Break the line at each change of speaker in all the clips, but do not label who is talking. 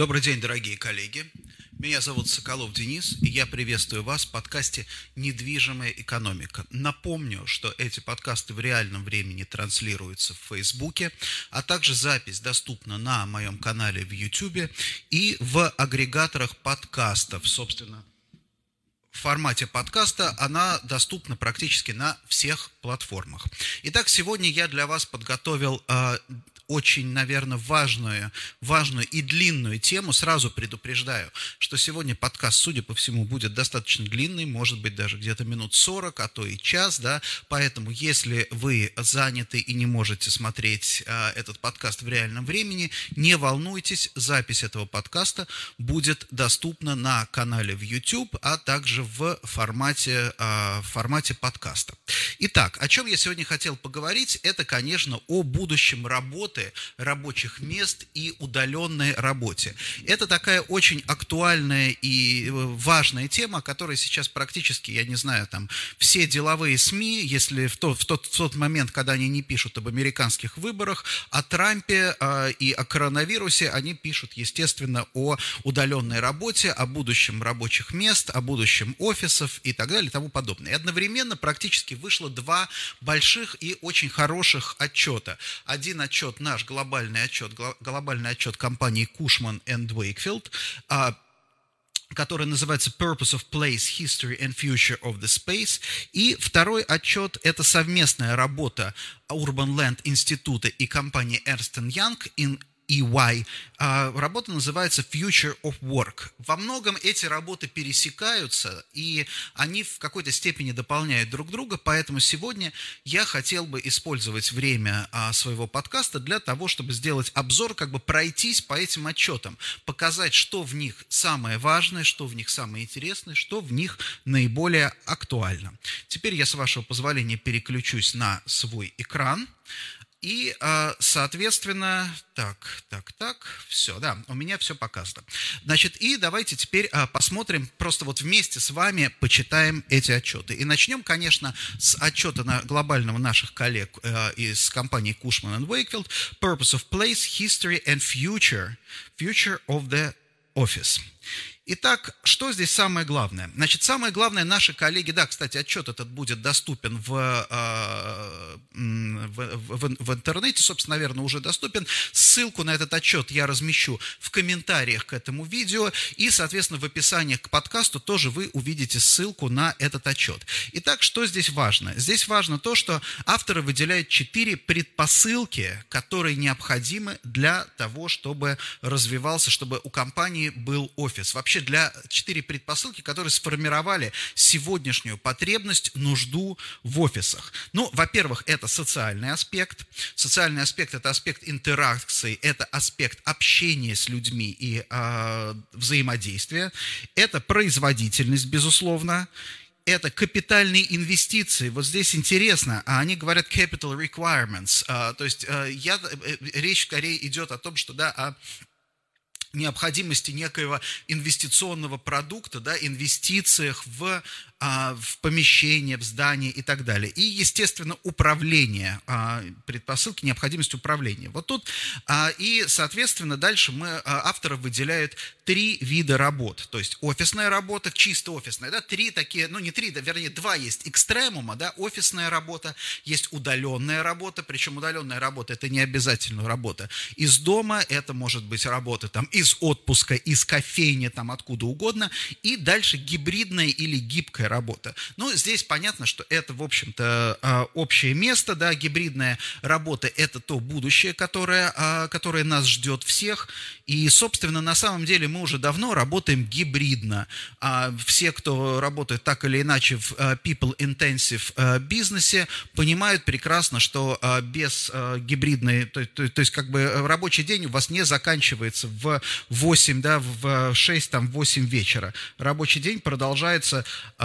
Добрый день, дорогие коллеги. Меня зовут Соколов Денис, и я приветствую вас в подкасте «Недвижимая экономика». Напомню, что эти подкасты в реальном времени транслируются в Фейсбуке, а также запись доступна на моем канале в Ютубе и в агрегаторах подкастов. Собственно, в формате подкаста она доступна практически на всех платформах. Итак, сегодня я для вас подготовил очень, наверное, важную и длинную тему. Сразу предупреждаю, что сегодня подкаст, судя по всему, будет достаточно длинный, может быть, даже где-то минут 40, а то и час, да, поэтому, если вы заняты и не можете смотреть этот подкаст в реальном времени, не волнуйтесь, запись этого подкаста будет доступна на канале в YouTube, а также в формате подкаста. Итак, о чем я сегодня хотел поговорить, это, конечно, о будущем работы, рабочих мест и удаленной работе. Это такая очень актуальная и важная тема, которая сейчас практически, я не знаю, там, все деловые СМИ, если в тот момент, когда они не пишут об американских выборах, о Трампе и о коронавирусе, они пишут, естественно, о удаленной работе, о будущем рабочих мест, о будущем офисов и так далее и тому подобное. И одновременно практически вышло два больших и очень хороших отчета. Один отчет, наш глобальный отчет компании Cushman & Wakefield, который называется Purpose of Place, History and Future of the Space. И второй отчет – это совместная работа Urban Land Института и компании Ernst & Young EY. Работа называется Future of Work. Во многом эти работы пересекаются, и они в какой-то степени дополняют друг друга, поэтому сегодня я хотел бы использовать время своего подкаста для того, чтобы сделать обзор, как бы пройтись по этим отчетам, показать, что в них самое важное, что в них самое интересное, что в них наиболее актуально. Теперь я, с вашего позволения, переключусь на свой экран. И, соответственно, все, да, у меня все показано. Значит, и давайте теперь посмотрим, просто вот вместе с вами почитаем эти отчеты. И начнем, конечно, с отчета глобального наших коллег из компании Cushman & Wakefield Purpose of Place, History and Future of the Office. Итак, что здесь самое главное? Значит, самое главное, наши коллеги, да, кстати, отчет этот будет доступен в интернете, собственно, наверное, уже доступен. Ссылку на этот отчет я размещу в комментариях к этому видео, и, соответственно, в описании к подкасту тоже вы увидите ссылку на этот отчет. Итак, что здесь важно? Здесь важно то, что авторы выделяют 4 предпосылки, которые необходимы для того, чтобы развивался, чтобы у компании был офис. Вообще 4 предпосылки, которые сформировали сегодняшнюю потребность, нужду в офисах. Ну, во-первых, это социальный аспект. Социальный аспект – это аспект интеракции, это аспект общения с людьми и взаимодействия. Это производительность, безусловно. Это капитальные инвестиции. Вот здесь интересно, они говорят capital requirements. То есть речь скорее идет о том, что о необходимости некоего инвестиционного продукта, да, инвестициях в помещение, в здание и так далее. И, естественно, управление, предпосылки, необходимость управления. Вот тут, и, соответственно, дальше авторы выделяют 3 вида работ. То есть офисная работа, чисто офисная, да, 3 такие, ну не 3, да, вернее 2 есть экстремума, да, офисная работа, есть удаленная работа, причем удаленная работа – это не обязательно работа из дома, это может быть работа там из отпуска, из кофейни, там откуда угодно, и дальше гибридная или гибкая работа. Ну, здесь понятно, что это, в общем-то, общее место, да, гибридная работа – это то будущее, которое нас ждет всех, и, собственно, на самом деле мы уже давно работаем гибридно. Все, кто работает так или иначе в people-intensive бизнесе, понимают прекрасно, что без гибридной, то есть как бы рабочий день у вас не заканчивается в 8, да, в 6, там, 8 вечера. Рабочий день продолжается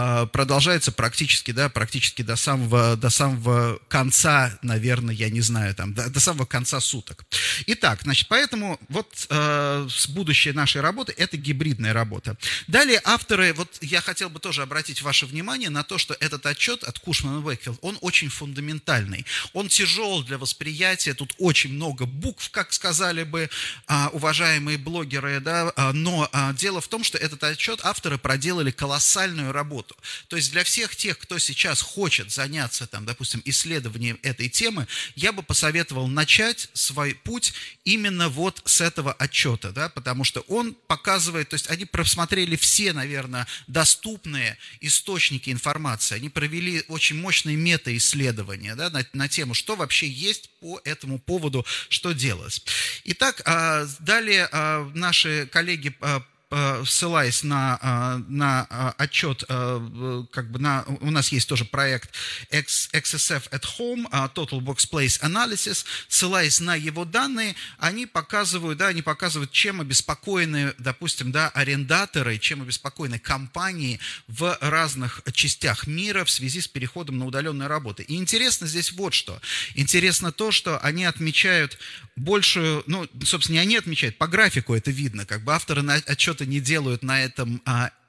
практически до самого конца, наверное, я не знаю, там, до самого конца суток. Итак, значит, поэтому вот будущее нашей работы – это гибридная работа. Далее авторы, вот я хотел бы тоже обратить ваше внимание на то, что этот отчет от Cushman & Wakefield, он очень фундаментальный, он тяжел для восприятия, тут очень много букв, как сказали бы уважаемые блогеры, блогеры, да, но дело в том, что этот отчет авторы проделали колоссальную работу. То есть для всех тех, кто сейчас хочет заняться, там, допустим, исследованием этой темы, я бы посоветовал начать свой путь именно вот с этого отчета, да, потому что он показывает, то есть они просмотрели все, наверное, доступные источники информации, они провели очень мощные метаисследования, да, на тему, что вообще есть по этому поводу, что делать. Итак, далее наши коллеги, ссылаясь на отчет, как бы у нас есть тоже проект XSF at Home, Total Workplace Analysis, ссылаясь на его данные, они показывают, чем обеспокоены, допустим, да, арендаторы, чем обеспокоены компании в разных частях мира в связи с переходом на удаленную работу. И интересно здесь вот что. Интересно то, что они отмечают большую, ну, собственно, не они отмечают, по графику это видно, как бы авторы отчета не делают на этом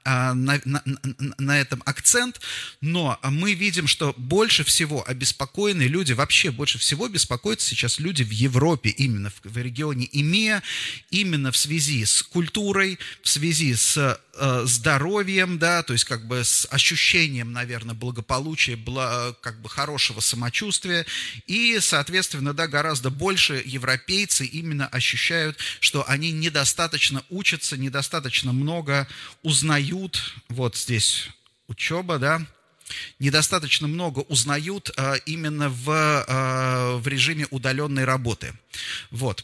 акцент, но мы видим, что больше всего обеспокоены люди, вообще больше всего беспокоятся сейчас люди в Европе, именно в регионе EMEA, именно в связи с культурой, в связи с здоровьем, да, то есть как бы с ощущением, наверное, благополучия, как бы хорошего самочувствия, и, соответственно, да, гораздо больше европейцы именно ощущают, что они недостаточно учатся, недостаточно много узнают, вот здесь учеба, да, недостаточно много узнают именно в режиме удаленной работы. Вот.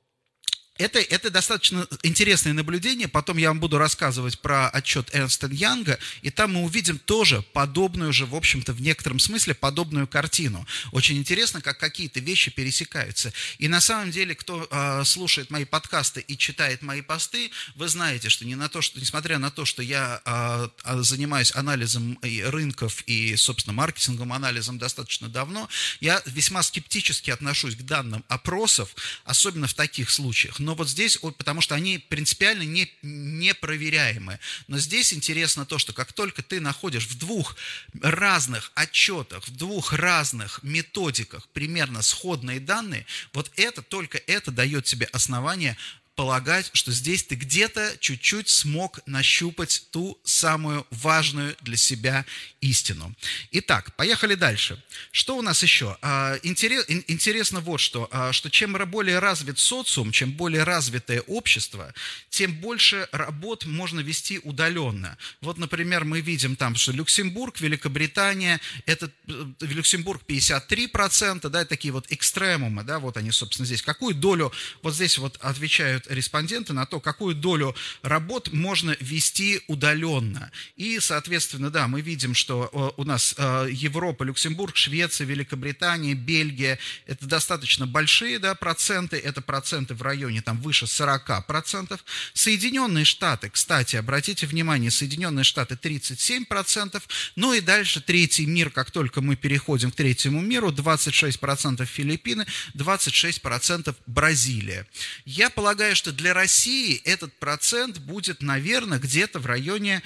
Это достаточно интересное наблюдение, потом я вам буду рассказывать про отчет Эрнста & Янга, и там мы увидим тоже подобную же, в общем-то, в некотором смысле подобную картину. Очень интересно, как какие-то вещи пересекаются. И на самом деле, кто слушает мои подкасты и читает мои посты, вы знаете, что, несмотря на то, что я занимаюсь анализом рынков и, собственно, маркетинговым анализом достаточно давно, я весьма скептически отношусь к данным опросов, особенно в таких случаях. Но вот здесь, потому что они принципиально непроверяемы. Но здесь интересно то, что как только ты находишь в двух разных отчетах, в двух разных методиках примерно сходные данные, вот только это дает тебе основание полагать, что здесь ты где-то чуть-чуть смог нащупать ту самую важную для себя истину. Итак, поехали дальше. Что у нас еще? Интересно вот что чем более развит социум, чем более развитое общество, тем больше работ можно вести удаленно. Вот, например, мы видим там, что Люксембург, Великобритания, Люксембург 53%, да, такие вот экстремумы, да, вот они, собственно, здесь. Какую долю, вот здесь вот отвечают респонденты на то, какую долю работ можно вести удаленно. И, соответственно, да, мы видим, что у нас Европа, Люксембург, Швеция, Великобритания, Бельгия, это достаточно большие, да, проценты, это проценты в районе там выше 40%. Соединенные Штаты, кстати, обратите внимание, Соединенные Штаты 37%, ну и дальше третий мир, как только мы переходим к третьему миру, 26% Филиппины, 26% Бразилия. Я полагаю, что для России этот процент будет, наверное, где-то в районе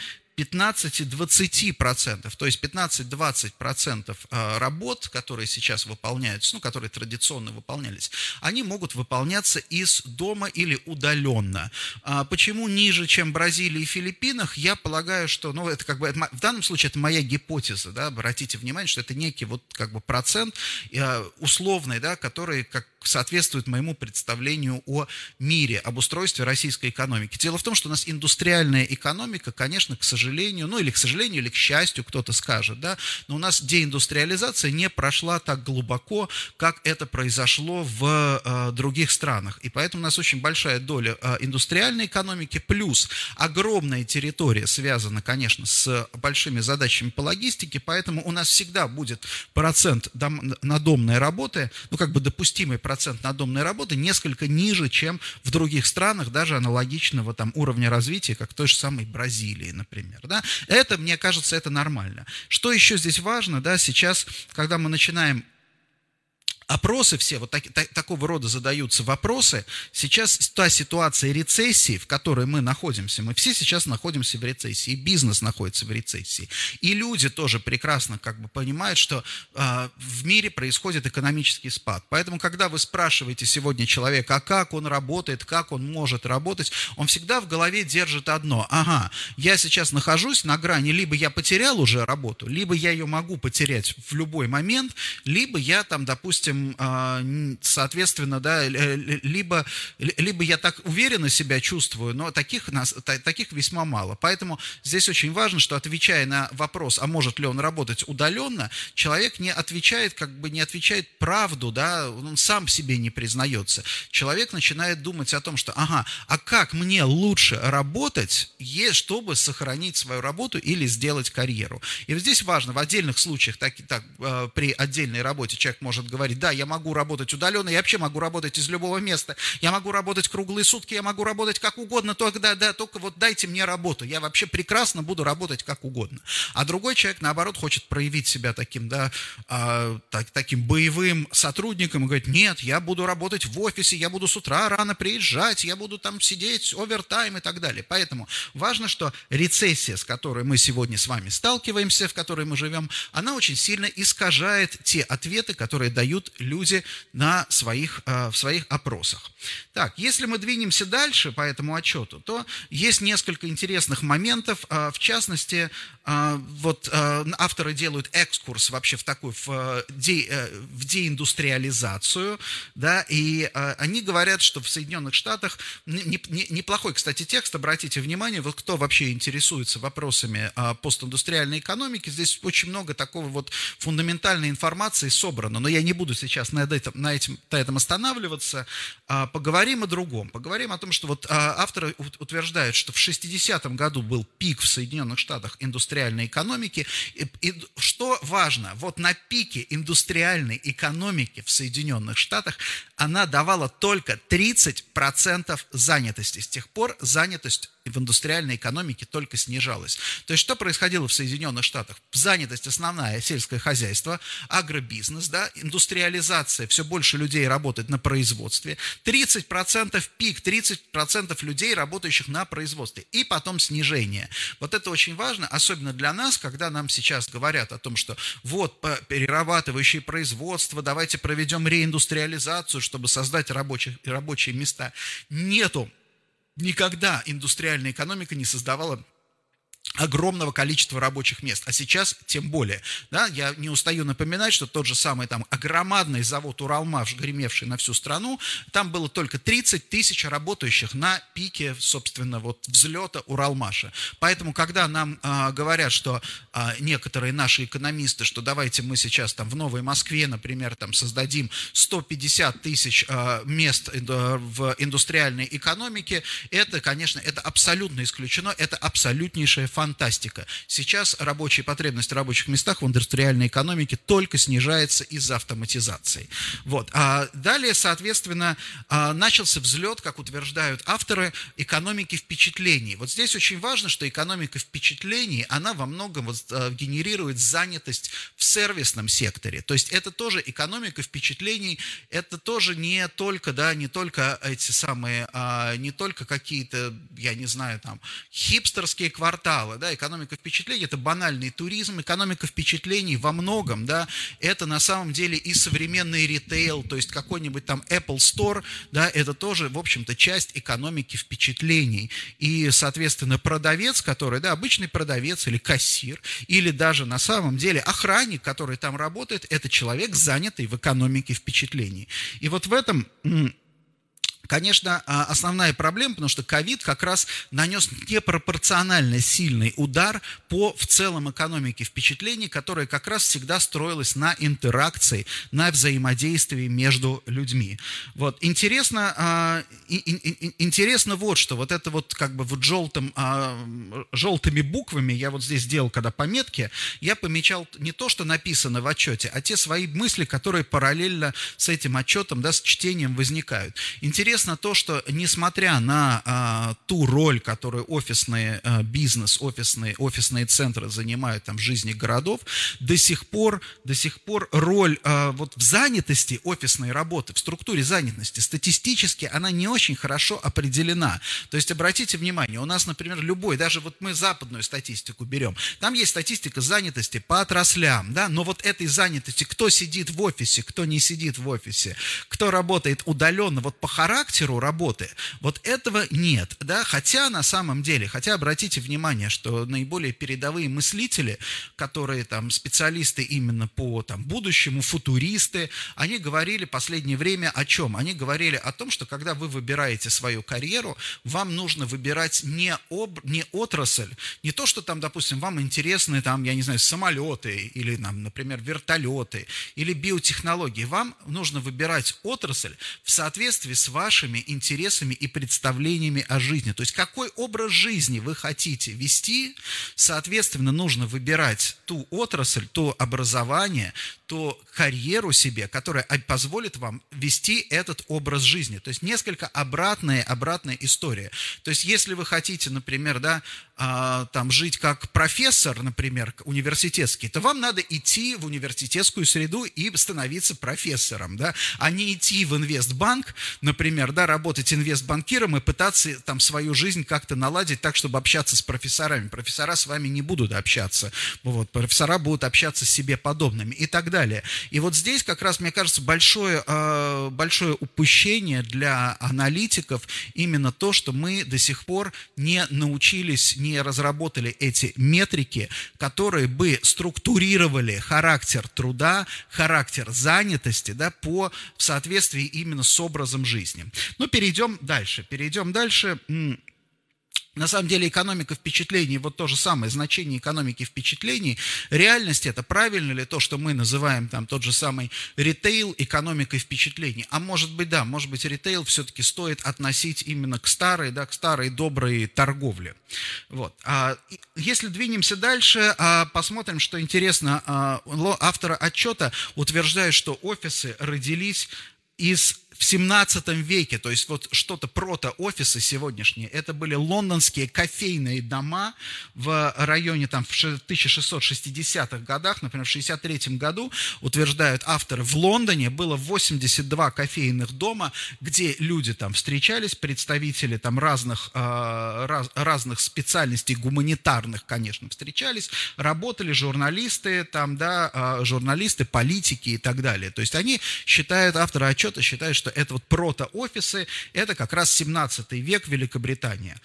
15-20%, то есть 15-20% работ, которые сейчас выполняются, ну, которые традиционно выполнялись, они могут выполняться из дома или удаленно. Почему ниже, чем в Бразилии и Филиппинах? Я полагаю, что, ну, это как бы, в данном случае это моя гипотеза, да, обратите внимание, что это некий вот как бы процент условный, да, который как соответствует моему представлению о мире, об устройстве российской экономики. Дело в том, что у нас индустриальная экономика, конечно, к сожалению, ну или к сожалению, или к счастью, кто-то скажет, да, но у нас деиндустриализация не прошла так глубоко, как это произошло в других странах. И поэтому у нас очень большая доля индустриальной экономики, плюс огромная территория связана, конечно, с большими задачами по логистике, поэтому у нас всегда будет процент надомной работы, ну как бы допустимый процент надомной работы несколько ниже, чем в других странах, даже аналогичного там уровня развития, как в той же самой Бразилии, например. Да? Это, мне кажется, это нормально. Что еще здесь важно, да, сейчас, когда мы начинаем опросы все, вот такого рода задаются вопросы. Сейчас та ситуация рецессии, в которой мы находимся, мы все сейчас находимся в рецессии, и бизнес находится в рецессии. И люди тоже прекрасно как бы понимают, что в мире происходит экономический спад. Поэтому, когда вы спрашиваете сегодня человека, а как он работает, как он может работать, он всегда в голове держит одно. Ага, я сейчас нахожусь на грани, либо я потерял уже работу, либо я ее могу потерять в любой момент, либо я там, допустим, соответственно, да, либо я так уверенно себя чувствую, но таких весьма мало. Поэтому здесь очень важно, что, отвечая на вопрос, а может ли он работать удаленно, человек не отвечает правду, да, он сам себе не признается. Человек начинает думать о том, что, ага, а как мне лучше работать, чтобы сохранить свою работу или сделать карьеру. И вот здесь важно, в отдельных случаях, при отдельной работе человек может говорить, да, я могу работать удаленно, я вообще могу работать из любого места, я могу работать круглые сутки, я могу работать как угодно, только вот дайте мне работу, я вообще прекрасно буду работать как угодно. А другой человек, наоборот, хочет проявить себя таким боевым сотрудником и говорит, нет, я буду работать в офисе, я буду с утра рано приезжать, я буду там сидеть, овертайм и так далее. Поэтому важно, что рецессия, с которой мы сегодня с вами сталкиваемся, в которой мы живем, она очень сильно искажает те ответы, которые дают люди в своих опросах. Так, если мы двинемся дальше по этому отчету, то есть несколько интересных моментов. В частности, авторы делают экскурс вообще в деиндустриализацию, да, и они говорят, что в Соединенных Штатах, неплохой, кстати, текст, обратите внимание, вот кто вообще интересуется вопросами постиндустриальной экономики, здесь очень много такого вот фундаментальной информации собрано, но я не буду сейчас на этом останавливаться. Поговорим о другом. Поговорим о том, что вот авторы утверждают, что в 60-м году был пик в Соединенных Штатах индустриальной экономики. И что важно, вот на пике индустриальной экономики в Соединенных Штатах она давала только 30% занятости. С тех пор занятость в индустриальной экономике только снижалась. То есть, что происходило в Соединенных Штатах? Занятость основная, сельское хозяйство, агробизнес, да, индустриализация, все больше людей работает на производстве, 30% пик, 30% людей, работающих на производстве, и потом снижение. Вот это очень важно, особенно для нас, когда нам сейчас говорят о том, что вот перерабатывающее производство, давайте проведем реиндустриализацию, чтобы создать рабочие места. Никогда индустриальная экономика не создавала огромного количества рабочих мест, а сейчас тем более. Да, я не устаю напоминать, что тот же самый там громадный завод «Уралмаш», гремевший на всю страну, там было только 30 тысяч работающих на пике, собственно, вот взлета «Уралмаша». Поэтому, когда нам говорят, что некоторые наши экономисты, что давайте мы сейчас там в Новой Москве, например, там создадим 150 тысяч мест в индустриальной экономике, это, конечно, это абсолютно исключено, это абсолютнейшая фантастика. Сейчас рабочие потребности в рабочих местах в индустриальной экономике только снижается из-за автоматизации. Вот. А далее, соответственно, начался взлет, как утверждают авторы, экономики впечатлений. Вот здесь очень важно, что экономика впечатлений, она во многом генерирует занятость в сервисном секторе. То есть это тоже экономика впечатлений, это тоже не только эти самые, не только какие-то, я не знаю, там, хипстерские кварталы, да, экономика впечатлений – это банальный туризм, экономика впечатлений во многом, да, это на самом деле и современный ритейл, то есть какой-нибудь там Apple Store, да, это тоже, в общем-то, часть экономики впечатлений. И, соответственно, продавец, который, да, обычный продавец или кассир, или даже на самом деле охранник, который там работает, это человек, занятый в экономике впечатлений. И вот в этом... Конечно, основная проблема, потому что ковид как раз нанес непропорционально сильный удар по в целом экономике впечатлений, которая как раз всегда строилась на интеракции, на взаимодействии между людьми. Вот. Интересно вот что, вот это вот как бы вот желтыми буквами, я вот здесь делал, когда пометки, я помечал не то, что написано в отчете, а те свои мысли, которые параллельно с этим отчетом, да, с чтением возникают. Интересно интересно то, что несмотря на ту роль, которую офисный бизнес, офисные центры занимают там, в жизни городов, до сих пор роль вот в занятости офисной работы, в структуре занятости, статистически она не очень хорошо определена. То есть обратите внимание, у нас, например, даже вот мы западную статистику берем, там есть статистика занятости по отраслям, да, но вот этой занятости, кто сидит в офисе, кто не сидит в офисе, кто работает удаленно, вот по характеру работы, вот этого нет, да, хотя на самом деле, обратите внимание, что наиболее передовые мыслители, которые там специалисты именно по там будущему, футуристы, они говорили в последнее время о чем? Они говорили о том, что когда вы выбираете свою карьеру, вам нужно выбирать не отрасль, не то, что там, допустим, вам интересны там, я не знаю, самолеты или, там, например, вертолеты или биотехнологии. Вам нужно выбирать отрасль в соответствии с вашими интересами и представлениями о жизни. То есть какой образ жизни вы хотите вести, соответственно, нужно выбирать ту отрасль, то образование, ту карьеру себе, которая позволит вам вести этот образ жизни. То есть несколько обратная история. То есть если вы хотите, например, да, там жить как профессор, например, университетский, то вам надо идти в университетскую среду и становиться профессором, да, а не идти в инвестбанк, например, да, работать инвестбанкиром и пытаться там свою жизнь как-то наладить так, чтобы общаться с профессорами. Профессора с вами не будут общаться, вот, профессора будут общаться с себе подобными и так далее. И вот здесь как раз, мне кажется, большое упущение для аналитиков именно то, что мы до сих пор не научились, не разработали эти метрики, которые бы структурировали характер труда, характер занятости, да, в соответствии именно с образом жизни. Но перейдем дальше. На самом деле экономика впечатлений, вот то же самое значение экономики впечатлений, реальность это, правильно ли то, что мы называем там тот же самый ритейл экономикой впечатлений? А может быть, да, может быть ритейл все-таки стоит относить именно к старой доброй торговле. Вот. Если двинемся дальше, посмотрим, что интересно, авторы отчета утверждают, что офисы родились в 17 веке, то есть вот что-то протоофисы сегодняшние, это были лондонские кофейные дома в районе там в 1660-х годах, например, в 1963 году, утверждают авторы, в Лондоне было 82 кофейных дома, где люди там встречались, представители там разных специальностей, гуманитарных, конечно, встречались, работали журналисты, там, да, журналисты, политики и так далее. То есть они считают, авторы отчета считают, что это вот протоофисы, это как раз 17 век Великобритания.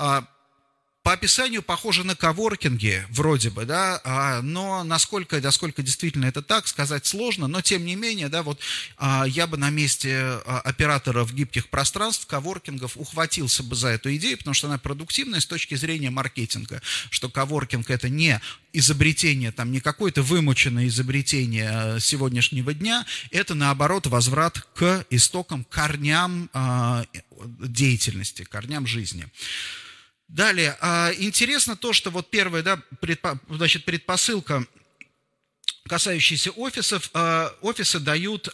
По описанию похоже на коворкинги, вроде бы, да, но насколько действительно это так, сказать сложно, но тем не менее, да, вот я бы на месте операторов гибких пространств, коворкингов, ухватился бы за эту идею, потому что она продуктивная с точки зрения маркетинга, что коворкинг это не изобретение, там, не какое-то вымученное изобретение сегодняшнего дня, это, наоборот, возврат к истокам, корням деятельности, корням жизни. Далее, интересно то, что вот первая, да, предпосылка, касающаяся офисов, офисы дают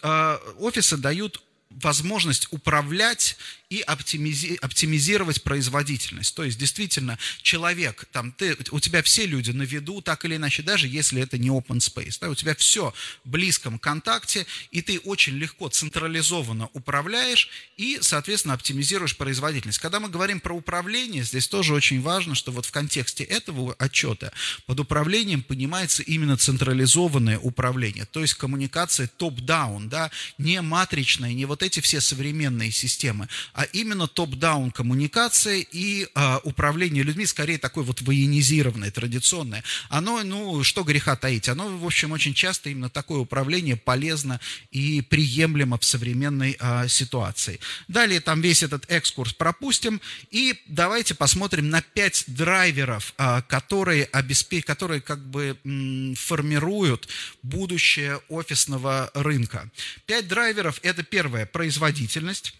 возможность управлять и оптимизировать производительность. То есть, действительно, человек, там, у тебя все люди на виду, так или иначе, даже если это не open space, да, у тебя все в близком контакте, и ты очень легко централизованно управляешь и, соответственно, оптимизируешь производительность. Когда мы говорим про управление, здесь тоже очень важно, что вот в контексте этого отчета под управлением понимается именно централизованное управление, то есть коммуникация топ-даун, да, не матричная, не вот эти все современные системы, а именно топ-даун коммуникация и управление людьми, скорее такое вот военизированное, традиционное. Оно, ну, что греха таить, оно, в общем, очень часто именно такое управление полезно и приемлемо в современной ситуации. Далее там весь этот экскурс пропустим и давайте посмотрим на 5 драйверов, которые как бы формируют будущее офисного рынка. 5 драйверов – это первое – производительность.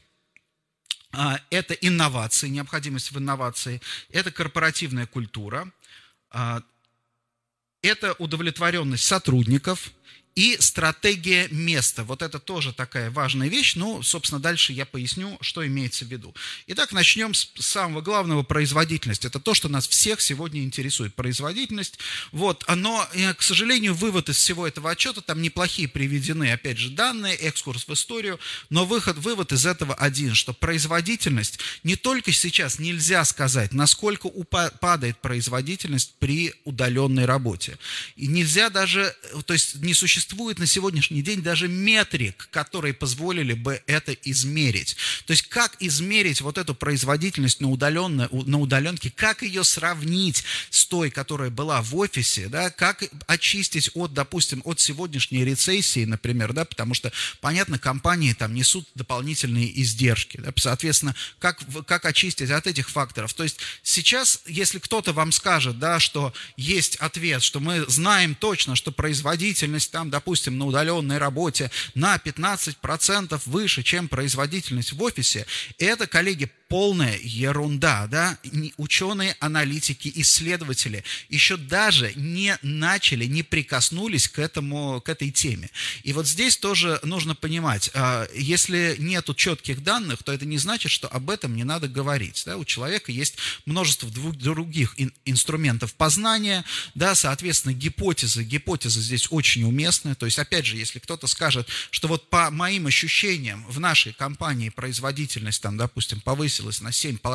Это инновации, необходимость в инновации, это корпоративная культура, это удовлетворенность сотрудников и стратегия места. Вот это тоже такая важная вещь. Ну, собственно, дальше я поясню, что имеется в виду. Итак, начнем с самого главного — производительность. Это то, что нас всех сегодня интересует. Производительность. Вот. Но, к сожалению, вывод из всего этого отчета, там неплохие приведены, опять же, данные, экскурс в историю, но вывод из этого один, что производительность, не только сейчас нельзя сказать, насколько падает производительность при удаленной работе. И нельзя даже, то есть не существует на сегодняшний день даже метрик, которые позволили бы это измерить. То есть как измерить вот эту производительность на удаленке, как ее сравнить с той, которая была в офисе, да, как очистить от, допустим, от сегодняшней рецессии, например, да, потому что, понятно, компании там несут дополнительные издержки, да, соответственно, как очистить от этих факторов. То есть сейчас, если кто-то вам скажет, да, что есть ответ, что мы знаем точно, что производительность там, допустим, на удаленной работе на 15% выше, чем производительность в офисе, это, коллеги, полная ерунда, да? Ученые, аналитики, исследователи еще даже не начали, не прикоснулись к этой теме. И вот здесь тоже нужно понимать, если нету четких данных, то это не значит, что об этом не надо говорить, да? У человека есть множество других инструментов познания, да, соответственно, гипотезы здесь очень уместны. То есть, опять же, если кто-то скажет, что вот по моим ощущениям в нашей компании производительность, там, допустим, повысилась на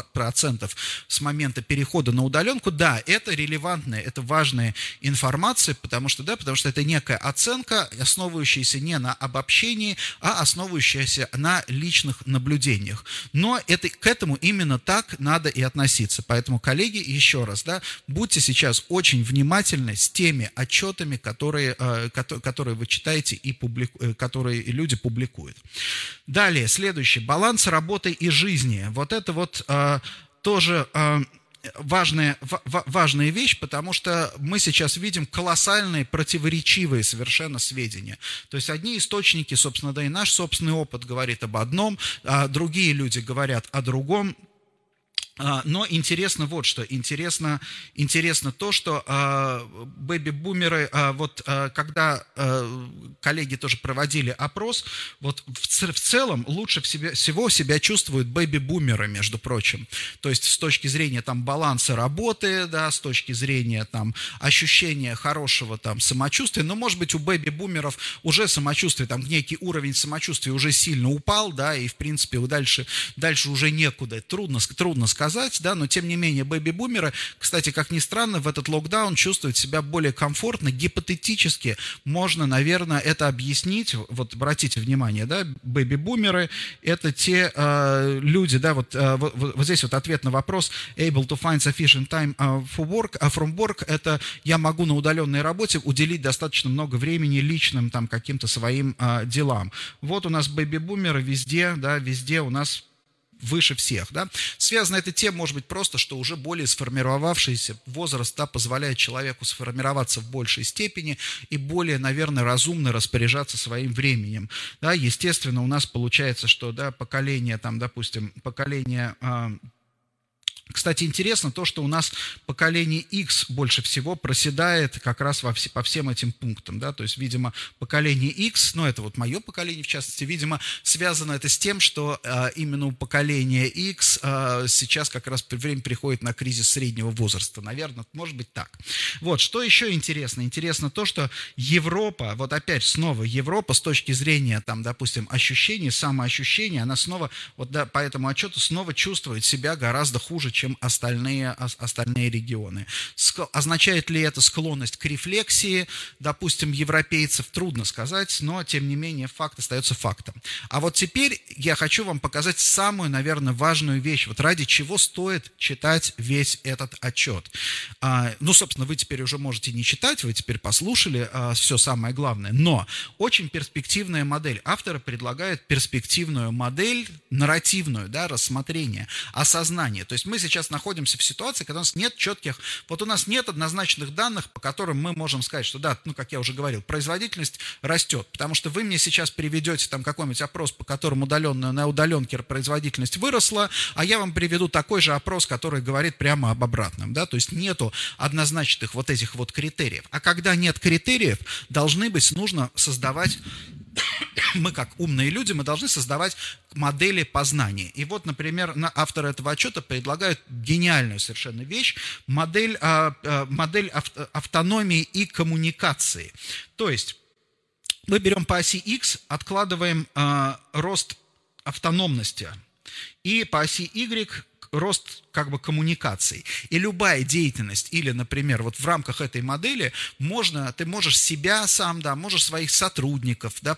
7% с момента перехода на удаленку, да, это релевантная, это важная информация, потому что это некая оценка, основывающаяся не на обобщении, а основывающаяся на личных наблюдениях. Но к этому именно так надо и относиться. Поэтому, коллеги, еще раз, да, будьте сейчас очень внимательны с теми отчетами, которые вы читаете и которые люди публикуют. Далее, следующее. Баланс работы и жизни. Вот это вот тоже важная вещь, потому что мы сейчас видим колоссальные противоречивые совершенно сведения. То есть одни источники, собственно, да и наш собственный опыт говорит об одном, а другие люди говорят о другом. Но интересно вот что, интересно то, что бэби-бумеры, когда коллеги тоже проводили опрос, вот в целом лучше всего себя чувствуют бэби-бумеры, между прочим. То есть с точки зрения там баланса работы, да, с точки зрения там ощущения хорошего там самочувствия, но может быть у бэби-бумеров уже самочувствие, там некий уровень самочувствия уже сильно упал, да, и в принципе дальше уже некуда, трудно сказать, да, но тем не менее бэби-бумеры, кстати, как ни странно, в этот локдаун чувствуют себя более комфортно, гипотетически можно, наверное, это объяснить, вот обратите внимание, да, бэби-бумеры — это те люди, да, вот здесь вот ответ на вопрос able to find sufficient time from work, это я могу на удаленной работе уделить достаточно много времени личным там каким-то своим делам. Вот у нас бэби-бумеры везде у нас выше всех, да. Связано это тем, может быть, просто, что уже более сформировавшийся возраст, да, позволяет человеку сформироваться в большей степени и более, наверное, разумно распоряжаться своим временем, да. Естественно, у нас получается, что, да, поколение, там, допустим, кстати, интересно то, что у нас поколение X больше всего проседает как раз по всем этим пунктам, да, то есть, видимо, поколение X, ну, это вот мое поколение, в частности, видимо, связано это с тем, что именно у поколения X сейчас как раз время приходит на кризис среднего возраста, наверное, может быть так. Вот, что еще интересно? Интересно то, что Европа, вот опять снова Европа с точки зрения, там, допустим, ощущений, самоощущения, она снова, вот, да, по этому отчету снова чувствует себя гораздо хуже, чем остальные регионы. Означает ли это склонность к рефлексии, допустим, европейцев? Трудно сказать, но, тем не менее, факт остается фактом. А вот теперь я хочу вам показать самую, наверное, важную вещь, вот ради чего стоит читать весь этот отчет. Ну, собственно, вы теперь уже можете не читать, вы теперь послушали все самое главное, но очень перспективная модель. Авторы предлагают перспективную модель, нарративную, да, рассмотрение, осознание. То есть мы сейчас находимся в ситуации, когда у нас нет четких, вот у нас нет однозначных данных, по которым мы можем сказать, что да, ну, как я уже говорил, производительность растет, потому что вы мне сейчас приведете там какой-нибудь опрос, по которому на удаленке производительность выросла, а я вам приведу такой же опрос, который говорит прямо об обратном, да, то есть нету однозначных вот этих вот критериев. А когда нет критериев, нужно создавать, мы как умные люди, мы должны создавать модели познания. И вот, например, авторы этого отчета предлагают гениальную совершенно вещь, модель автономии и коммуникации. То есть мы берем по оси X, откладываем рост автономности, и по оси Y рост как бы коммуникаций. И любая деятельность, или, например, вот в рамках этой модели ты можешь себя сам, да, можешь своих сотрудников, да,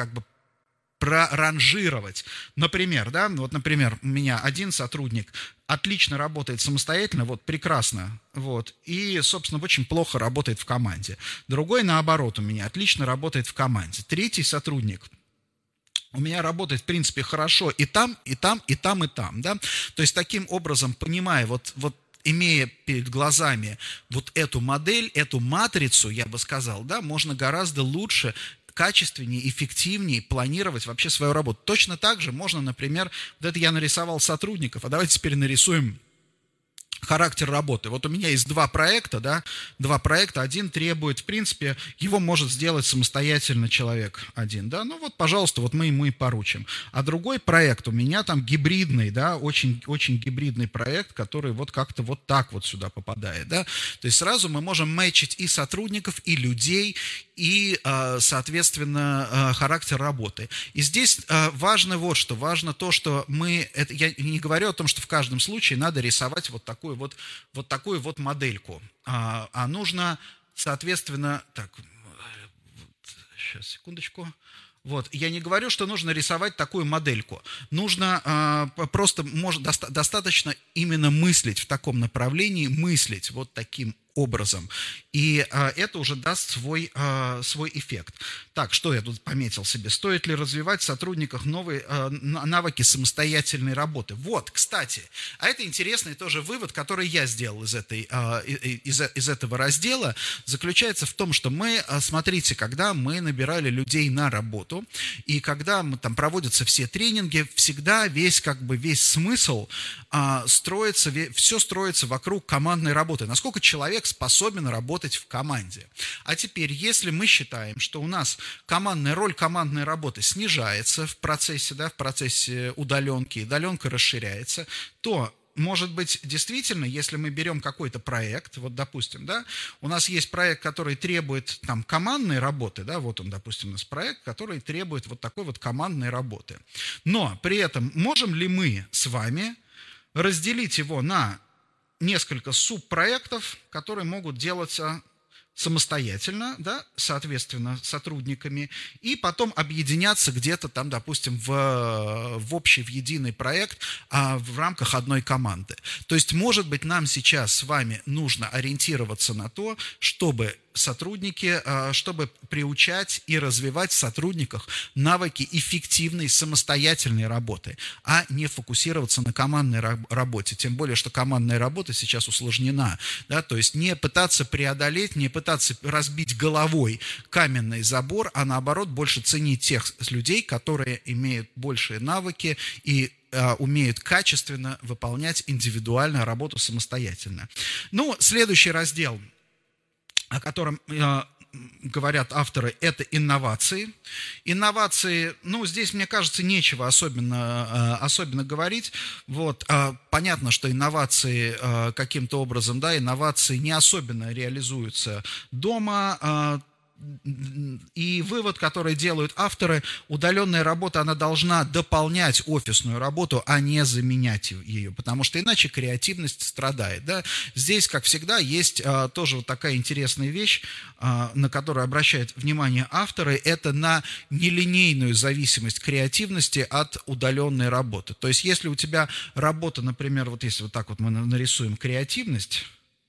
проранжировать. Например, да, вот, например, у меня один сотрудник отлично работает самостоятельно, вот, прекрасно, вот, и, собственно, очень плохо работает в команде. Другой, наоборот, у меня отлично работает в команде. Третий сотрудник у меня работает, в принципе, хорошо и там, и там, и там, и там, да. То есть, таким образом, понимая, вот имея перед глазами вот эту модель, эту матрицу, я бы сказал, да, можно гораздо лучше, качественнее, эффективнее планировать вообще свою работу. Точно так же можно, например, вот это я нарисовал сотрудников, а давайте теперь нарисуем характер работы. Вот у меня есть два проекта, да, один требует, в принципе, его может сделать самостоятельно человек один, да, ну вот, пожалуйста, вот мы ему и поручим. А другой проект у меня там гибридный, да, очень, очень гибридный проект, который вот как-то вот так вот сюда попадает, да, то есть сразу мы можем мэчить и сотрудников, и людей, и, соответственно, характер работы. И здесь важно вот что, важно то, что я не говорю о том, что в каждом случае надо рисовать вот такую вот модельку, а нужно, соответственно, так, сейчас, секундочку. Вот, я не говорю, что нужно рисовать такую модельку. Нужно достаточно именно мыслить в таком направлении, мыслить вот таким образом. И это уже даст свой эффект. Так, что я тут пометил себе? Стоит ли развивать в сотрудниках новые навыки самостоятельной работы? Вот, кстати, а это интересный тоже вывод, который я сделал из этого раздела, заключается в том, что смотрите, когда мы набирали людей на работу, и когда там проводятся все тренинги, всегда весь смысл все строится вокруг командной работы. Насколько человек способен работать в команде. А теперь, если мы считаем, что у нас роль командной работы снижается в процессе удаленки, удаленка расширяется, то, может быть, действительно, если мы берем какой-то проект, вот, допустим, да, у нас есть проект, который требует там командной работы, да, вот он, допустим, у нас проект, который требует вот такой вот командной работы. Но при этом можем ли мы с вами разделить его на несколько субпроектов, которые могут делаться самостоятельно, да, соответственно, сотрудниками, и потом объединяться где-то там, допустим, в единый проект в рамках одной команды. То есть, может быть, нам сейчас с вами нужно ориентироваться на то, чтобы приучать и развивать в сотрудниках навыки эффективной самостоятельной работы, а не фокусироваться на командной работе. Тем более, что командная работа сейчас усложнена. Да? То есть не пытаться преодолеть, не пытаться разбить головой каменный забор, а наоборот больше ценить тех людей, которые имеют большие навыки и умеют качественно выполнять индивидуальную работу самостоятельно. Ну, следующий раздел, о котором говорят авторы, это инновации. Инновации, ну, здесь, мне кажется, нечего особенно говорить. Вот, понятно, что инновации каким-то образом, да, инновации не особенно реализуются дома. И вывод, который делают авторы, удаленная работа, она должна дополнять офисную работу, а не заменять ее, потому что иначе креативность страдает. Да? Здесь, как всегда, есть тоже вот такая интересная вещь, на которую обращают внимание авторы, это на нелинейную зависимость креативности от удаленной работы. То есть, если у тебя работа, например, вот если вот так вот мы нарисуем креативность,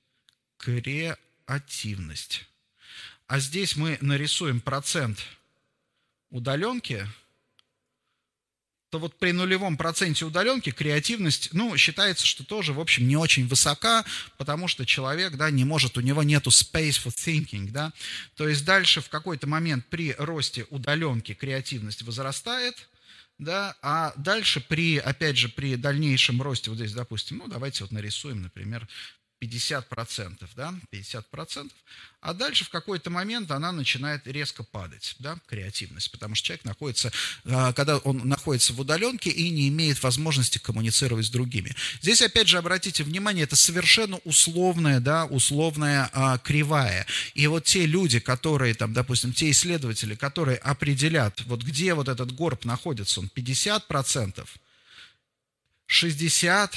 а здесь мы нарисуем процент удаленки, то вот при 0% удаленки креативность, ну, считается, что тоже, в общем, не очень высока, потому что человек, да, не может, у него нету space for thinking, да. То есть дальше в какой-то момент при росте удаленки креативность возрастает, да, а дальше опять же, при дальнейшем росте, вот здесь, допустим, ну, давайте вот нарисуем, например, 50%, да, 50%, а дальше в какой-то момент она начинает резко падать, да, креативность, потому что человек находится, когда он находится в удаленке и не имеет возможности коммуницировать с другими. Здесь, опять же, обратите внимание, это совершенно условная, да, условная кривая. И вот те люди, которые, там, допустим, те исследователи, которые определят, вот где вот этот горб находится, он 50%, 60%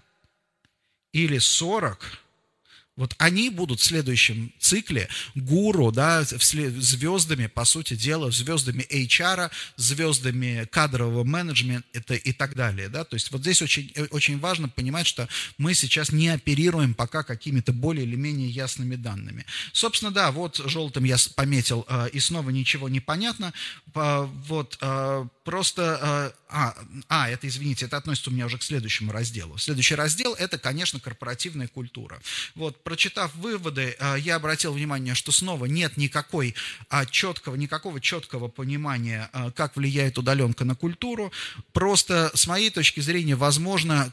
или 40%, вот они будут в следующем цикле гуру, да, звездами, по сути дела, звездами HR, звездами кадрового менеджмента и так далее. Да? То есть вот здесь очень, очень важно понимать, что мы сейчас не оперируем пока какими-то более или менее ясными данными. Собственно, да, вот желтым я пометил, и снова ничего не понятно. Вот, просто... это, извините, это относится у меня уже к следующему разделу. Следующий раздел – это, конечно, корпоративная культура. Вот, прочитав выводы, я обратил внимание, что снова нет никакого четкого понимания, как влияет удаленка на культуру. Просто, с моей точки зрения, возможно,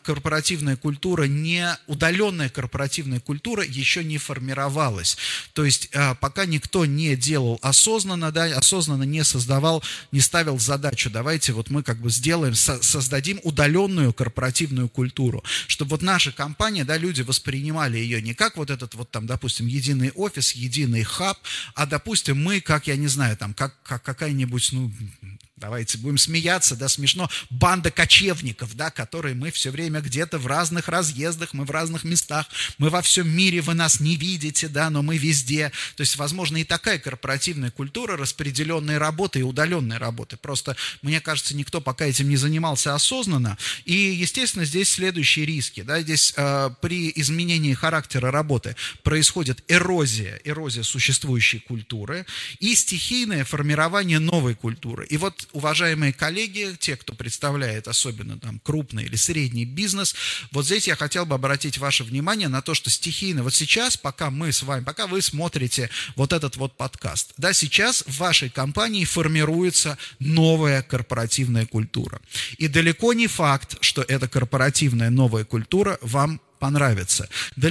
удаленная корпоративная культура еще не формировалась. То есть, пока никто не делал осознанно, да, осознанно не создавал, не ставил задачу, давайте вот мы как бы создадим удаленную корпоративную культуру, чтобы вот наша компания, да, люди воспринимали ее не как вот этот вот там, допустим, единый офис, единый хаб, а, допустим, мы, как, я не знаю, там, как какая-нибудь, ну, давайте будем смеяться, да, смешно, банда кочевников, да, которые мы все время где-то в разных разъездах, мы в разных местах, мы во всем мире, вы нас не видите, да, но мы везде. То есть, возможно, и такая корпоративная культура распределенной работы и удаленной работы. Просто, мне кажется, никто пока этим не занимался осознанно. И, естественно, здесь следующие риски. Да, здесь при изменении характера работы происходит эрозия существующей культуры и стихийное формирование новой культуры. И вот, уважаемые коллеги, те, кто представляет особенно там крупный или средний бизнес, вот здесь я хотел бы обратить ваше внимание на то, что стихийно, вот сейчас, пока мы с вами, пока вы смотрите вот этот вот подкаст, да, сейчас в вашей компании формируется новая корпоративная культура. И далеко не факт, что эта корпоративная новая культура вам понравится.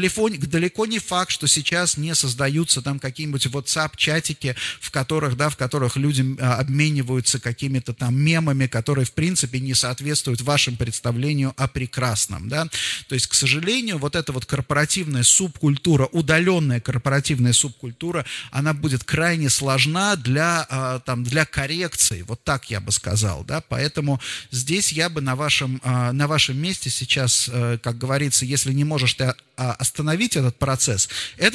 Далеко не факт, что сейчас не создаются там какие-нибудь WhatsApp-чатики, в которых люди обмениваются какими-то там мемами, которые, в принципе, не соответствуют вашему представлению о прекрасном, да. То есть, к сожалению, вот эта вот корпоративная субкультура, удаленная корпоративная субкультура, она будет крайне сложна для коррекции, вот так я бы сказал, да. Поэтому здесь я бы на вашем месте сейчас, как говорится, если не можешь ты остановить этот процесс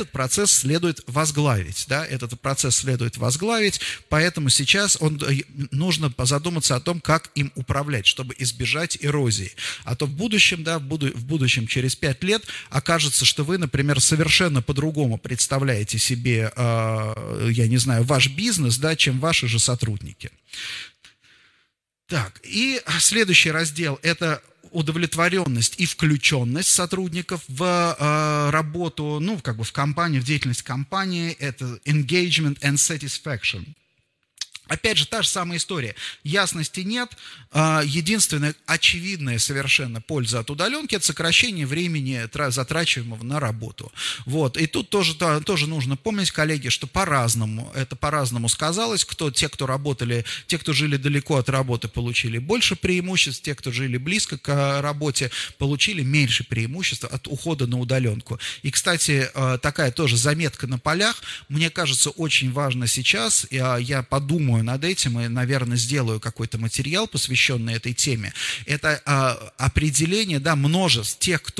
следует возглавить, да, этот процесс следует возглавить, поэтому сейчас нужно задуматься о том, как им управлять, чтобы избежать эрозии. А то в будущем, да, в будущем через 5 лет окажется, что вы, например, совершенно по-другому представляете себе, я не знаю, ваш бизнес, да, чем ваши же сотрудники. Так, и следующий раздел – это удовлетворенность и включенность сотрудников в работу, ну, как бы в компании, в деятельность компании, это engagement and satisfaction. Опять же, та же самая история. Ясности нет. Единственная очевидная совершенно польза от удаленки – это сокращение времени, затрачиваемого на работу. Вот. И тут тоже нужно помнить, коллеги, что это по-разному сказалось. Те, кто жили далеко от работы, получили больше преимуществ, те, кто жили близко к работе, получили меньше преимуществ от ухода на удаленку. И, кстати, такая тоже заметка на полях. Мне кажется, очень важно сейчас, я подумаю над этим и, наверное, сделаю какой-то материал, посвященный этой теме. Это определение, да, множеств тех, кто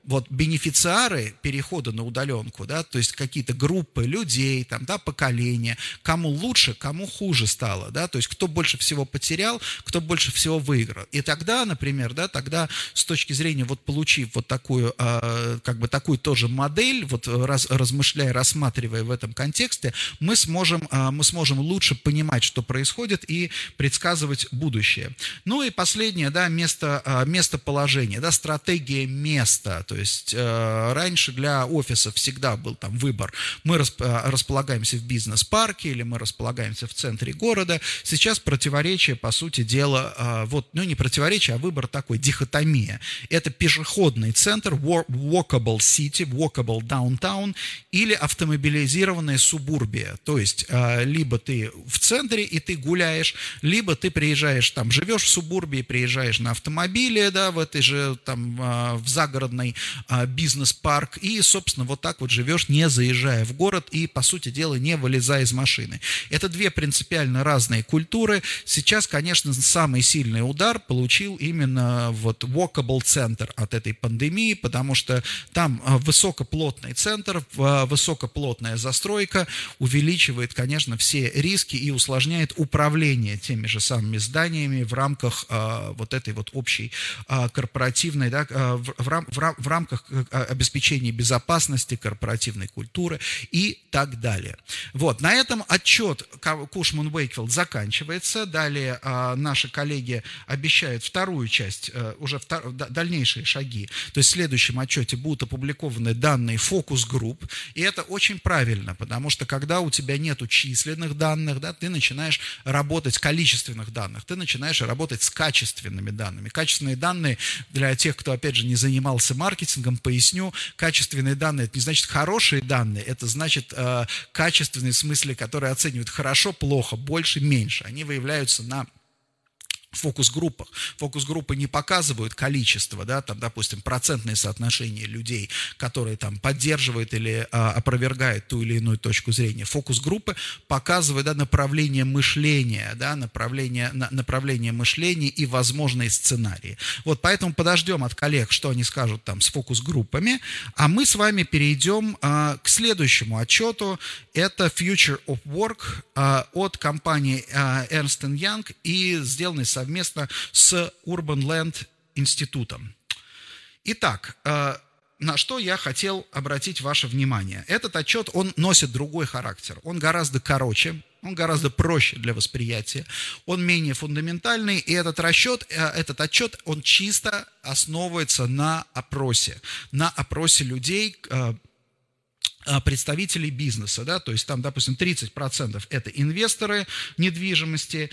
вот бенефициары перехода на удаленку, да, то есть какие-то группы людей, там, да, поколения, кому лучше, кому хуже стало, да, то есть кто больше всего потерял, кто больше всего выиграл. И тогда, например, да, тогда с точки зрения, вот получив вот такую, как бы такую тоже модель, вот размышляя, рассматривая в этом контексте, мы сможем лучше понимать, что происходит, и предсказывать будущее. Ну и последнее, да, местоположение, да, стратегия места. То есть раньше для офисов всегда был там выбор. Мы располагаемся в бизнес-парке или мы располагаемся в центре города. Сейчас противоречие, по сути дела, не противоречие, а выбор такой, дихотомия. Это пешеходный центр, walkable city, walkable downtown, или автомобилизированная субурбия. То есть либо ты в центре и ты гуляешь, либо ты приезжаешь, там, живешь в субурбии, приезжаешь на автомобиле, да, в этой же, там, в загородный бизнес-парк, и, собственно, вот так вот живешь, не заезжая в город и, по сути дела, не вылезая из машины. Это две принципиально разные культуры. Сейчас, конечно, самый сильный удар получил именно вот walkable центр от этой пандемии, потому что там высокоплотный центр, высокоплотная застройка увеличивает, конечно, все риски и усложняет управление теми же самыми зданиями в рамках вот этой вот общей корпоративной, да, в рамках обеспечения безопасности, корпоративной культуры и так далее. Вот, на этом отчет Cushman & Wakefield заканчивается. Далее наши коллеги обещают вторую часть, уже дальнейшие шаги. То есть в следующем отчете будут опубликованы данные фокус-групп, и это очень правильно, потому что когда у тебя нету численных данных, да, ты начинаешь работать, количественных данных, ты начинаешь работать с качественными данными. Качественные данные, для тех, кто, опять же, не занимался маркетингом, поясню, качественные данные – это не значит хорошие данные, это значит качественные в смысле, которые оценивают хорошо, плохо, больше, меньше. Они выявляются на фокус-группах. Фокус-группы не показывают количество, да, там, допустим, процентное соотношение людей, которые там поддерживают или опровергают ту или иную точку зрения. Фокус-группы показывают, да, направление мышления, да, направление мышления и возможные сценарии. Вот поэтому подождем от коллег, что они скажут там с фокус-группами, а мы с вами перейдем к следующему отчету. Это Future of Work от компании Ernst & Young и сделанный совместно с Urban Land институтом. Итак, на что я хотел обратить ваше внимание. Этот отчет, он носит другой характер. Он гораздо короче, он гораздо проще для восприятия, он менее фундаментальный, и этот отчет, он чисто основывается на опросе людей, представителей бизнеса, да, то есть там, допустим, 30% это инвесторы недвижимости,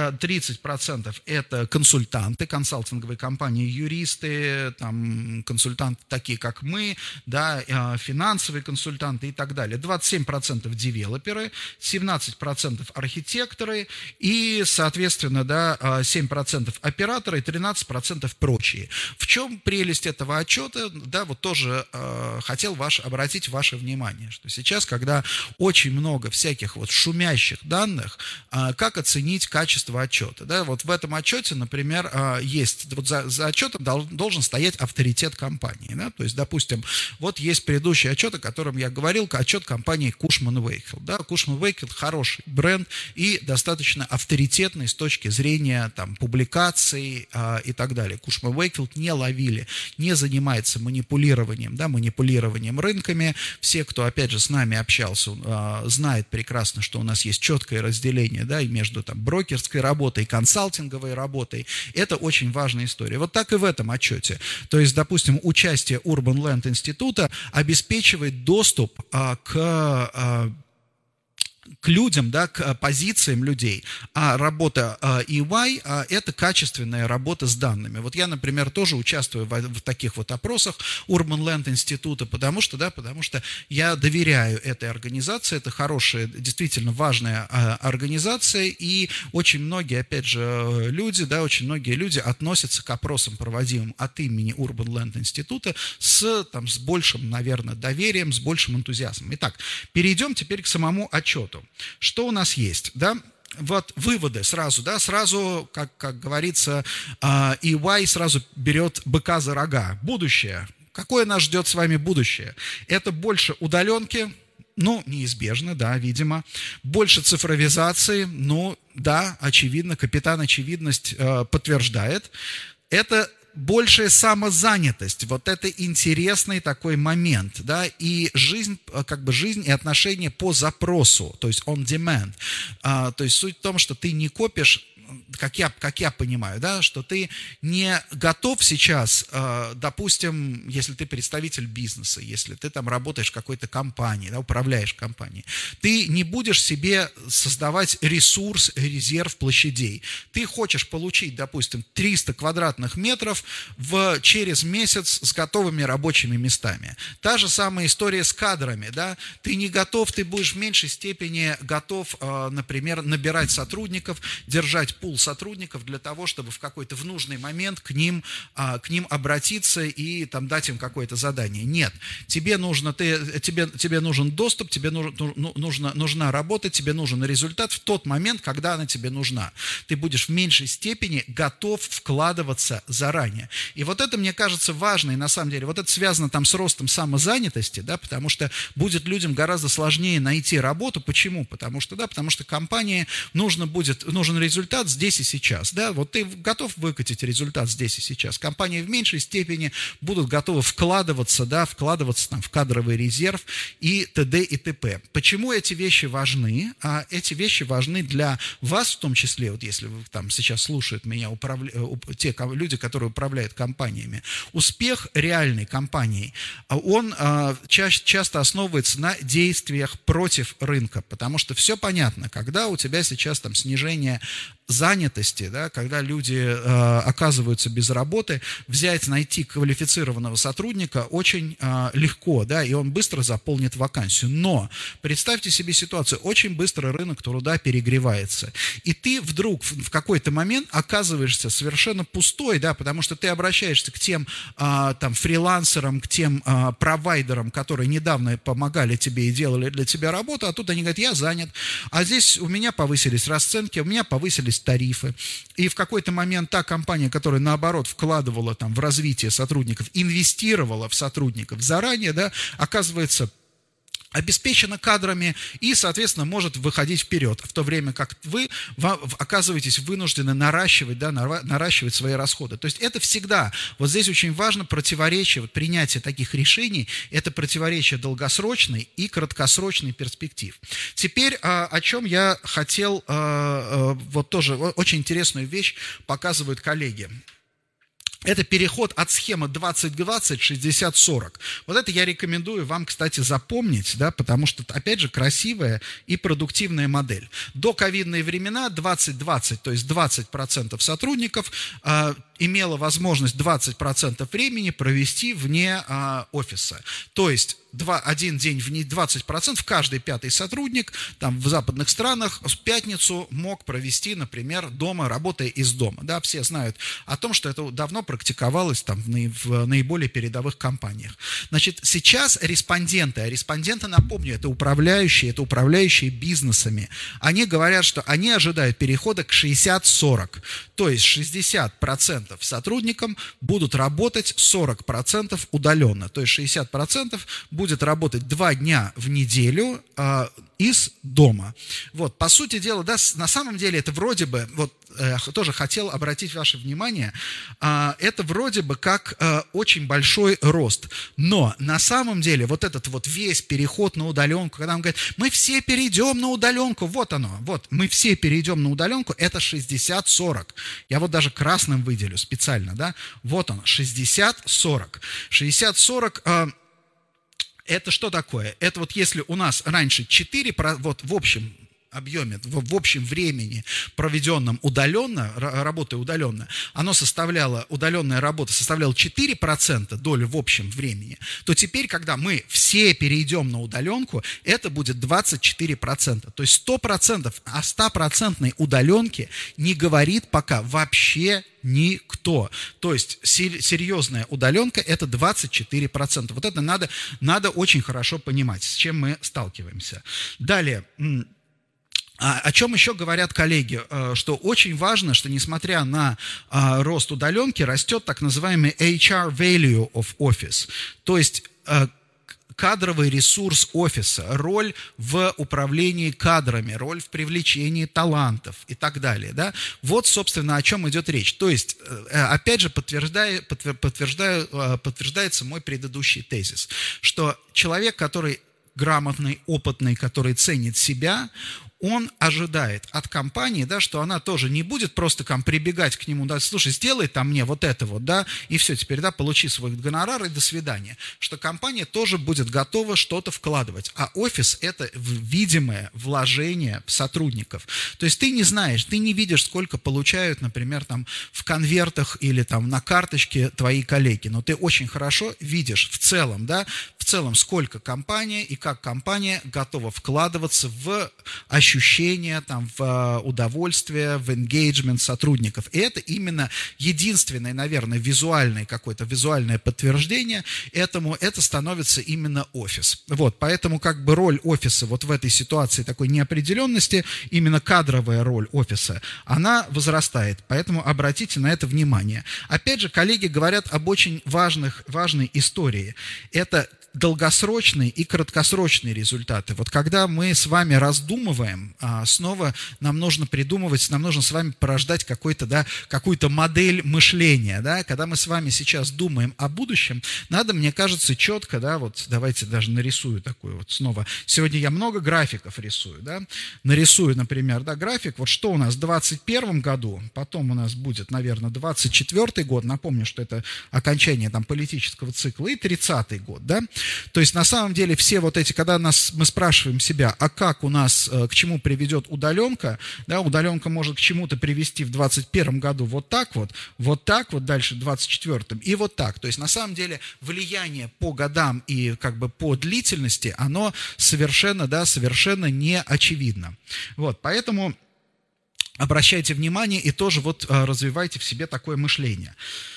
30% это консультанты, консалтинговые компании, юристы, там, консультанты такие, как мы, да, финансовые консультанты и так далее, 27% девелоперы, 17% архитекторы и, соответственно, да, 7% операторы и 13% прочие. В чем прелесть этого отчета? Да, вот тоже хотел обратить ваше внимание, что сейчас, когда очень много всяких вот шумящих данных, как оценить качество отчета? Да? Вот в этом отчете, например, есть, вот за отчетом должен стоять авторитет компании. Да? То есть, допустим, вот есть предыдущий отчет, о котором я говорил, отчет компании Cushman & Wakefield. Да? Cushman & Wakefield хороший бренд и достаточно авторитетный с точки зрения там, публикаций и так далее. Cushman & Wakefield не занимается манипулированием рынками. Все, кто, опять же, с нами общался, знает прекрасно, что у нас есть четкое разделение, да, и между там, брокерской работой и консалтинговой работой. Это очень важная история. Вот так и в этом отчете. То есть, допустим, участие Urban Land института обеспечивает доступ к людям, да, к позициям людей, а работа EY это качественная работа с данными. Вот я, например, тоже участвую в таких вот опросах Urban Land института, потому что я доверяю этой организации, это хорошая, действительно важная организация, и очень многие, опять же, люди относятся к опросам, проводимым от имени Urban Land института с большим, наверное, доверием, с большим энтузиазмом. Итак, перейдем теперь к самому отчету. Что у нас есть, да? Вот выводы сразу, да, как говорится, EY сразу берет быка за рога. Будущее. Какое нас ждет с вами будущее? Это больше удаленки, ну, неизбежно, да, видимо. Больше цифровизации, ну, да, очевидно, капитан очевидность подтверждает. Это большая самозанятость, вот это интересный такой момент, да, и жизнь, как бы жизнь и отношения по запросу, то есть on demand. То есть суть в том, что ты не копишь, как я понимаю, да, что ты не готов сейчас, допустим, если ты представитель бизнеса, если ты там работаешь в какой-то компании, да, управляешь компанией, ты не будешь себе создавать ресурс, резерв площадей. Ты хочешь получить, допустим, 300 квадратных метров через месяц с готовыми рабочими местами. Та же самая история с кадрами, да, ты не готов, ты будешь в меньшей степени готов, например, набирать сотрудников, держать пул сотрудников для того, чтобы в какой-то в нужный момент к ним обратиться и там дать им какое-то задание. Нет, тебе нужен доступ, тебе нужна работа, тебе нужен результат в тот момент, когда она тебе нужна. Ты будешь в меньшей степени готов вкладываться заранее. И вот это, мне кажется, важно, и на самом деле, вот это связано там с ростом самозанятости, да, потому что будет людям гораздо сложнее найти работу. Почему? Потому что компании нужен результат здесь и сейчас, да, вот ты готов выкатить результат здесь и сейчас. Компании в меньшей степени будут готовы вкладываться там в кадровый резерв и т.д. и т.п. Почему эти вещи важны? Эти вещи важны для вас в том числе, вот если вы там сейчас слушают меня те люди, которые управляют компаниями. Успех реальной компании, он часто основывается на действиях против рынка, потому что все понятно, когда у тебя сейчас там снижение занятости, да, когда люди оказываются без работы, найти квалифицированного сотрудника очень легко, да, и он быстро заполнит вакансию. Но представьте себе ситуацию, очень быстро рынок труда перегревается, и ты вдруг в какой-то момент оказываешься совершенно пустой, да, потому что ты обращаешься к тем там фрилансерам, к тем провайдерам, которые недавно помогали тебе и делали для тебя работу, а тут они говорят: я занят, а здесь у меня повысились расценки, у меня повысились тарифы. И в какой-то момент та компания, которая, наоборот, вкладывала там в развитие сотрудников, инвестировала в сотрудников заранее, да, оказывается обеспечена кадрами и, соответственно, может выходить вперед, в то время как вы оказываетесь вынуждены наращивать свои расходы. То есть это всегда, вот здесь очень важно противоречие, принятие таких решений, это противоречие долгосрочной и краткосрочной перспектив. Теперь, о чем я хотел, вот тоже очень интересную вещь показывают коллеги. Это переход от схемы 20-20-60-40. Вот это я рекомендую вам, кстати, запомнить, да, потому что, опять же, красивая и продуктивная модель. До ковидные времена 20-20, то есть 20% сотрудников имело возможность 20% времени провести вне офиса. То есть один день в 20%, каждый пятый сотрудник там в западных странах в пятницу мог провести, например, дома, работая из дома. Да, все знают о том, что это давно практиковалось там в наиболее передовых компаниях. Значит, сейчас респонденты, напомню, это управляющие бизнесами, они говорят, что они ожидают перехода к 60-40, то есть 60% сотрудникам будут работать 40% удаленно, то есть 60% будет работать 2 дня в неделю из дома. Вот, по сути дела, да, на самом деле это вроде бы, вот тоже хотел обратить ваше внимание, это вроде бы как очень большой рост, но на самом деле вот этот вот весь переход на удаленку, когда он говорит: мы все перейдем на удаленку, вот оно, вот, мы все перейдем на удаленку, это 60-40. Я вот даже красным выделю специально, да, вот он, 60-40. 60-40, это что такое? Это вот если у нас раньше 4, вот в общем объеме, в общем времени, проведенном удаленно, работая удаленно, удаленная работа составляла 4% доли в общем времени, то теперь, когда мы все перейдем на удаленку, это будет 24%. То есть 100%, о 100% удаленке не говорит пока вообще никто. То есть серьезная удаленка – это 24%. Вот это надо очень хорошо понимать, с чем мы сталкиваемся. Далее. О чем еще говорят коллеги? Что очень важно, что несмотря на рост удаленки, растет так называемый HR value of office, то есть кадровый ресурс офиса, роль в управлении кадрами, роль в привлечении талантов и так далее. Да? Вот, собственно, о чем идет речь. То есть, опять же, подтверждается мой предыдущий тезис, что человек, который грамотный, опытный, который ценит себя, он ожидает от компании, да, что она тоже не будет просто прибегать к нему, да, слушай, сделай там мне вот это вот, да, и все, теперь, да, получи свой гонорар и до свидания. Что компания тоже будет готова что-то вкладывать. А офис – это видимое вложение в сотрудников. То есть ты не знаешь, ты не видишь, сколько получают, например, там в конвертах или там на карточке твои коллеги, но ты очень хорошо видишь в целом, да, сколько компания и как компания готова вкладываться в ощущение, там, в удовольствие, в engagement сотрудников. И это именно единственное, наверное, визуальное подтверждение этому, это становится именно офис. Вот, поэтому как бы роль офиса вот в этой ситуации такой неопределенности, именно кадровая роль офиса, она возрастает. Поэтому обратите на это внимание. Опять же, коллеги говорят об очень важной истории. Это долгосрочные и краткосрочные результаты. Вот когда мы с вами раздумываем, снова нам нужно с вами порождать какую-то модель мышления. Да? Когда мы с вами сейчас думаем о будущем, надо, мне кажется, четко, да, вот давайте даже нарисую такой вот снова. Сегодня я много графиков рисую. Да? Нарисую, например, да, график. Вот что у нас в 2021 году, потом у нас будет, наверное, 2024 год. Напомню, что это окончание там политического цикла, и 30-й год. Да? То есть, на самом деле, все вот эти, когда мы спрашиваем себя, а как у нас, к чему приведет удаленка, да, удаленка может к чему-то привести в 2021 году вот так вот, дальше в 2024 и вот так. То есть, на самом деле, влияние по годам и как бы по длительности, оно совершенно не очевидно. Вот, поэтому обращайте внимание и тоже вот развивайте в себе такое мышление.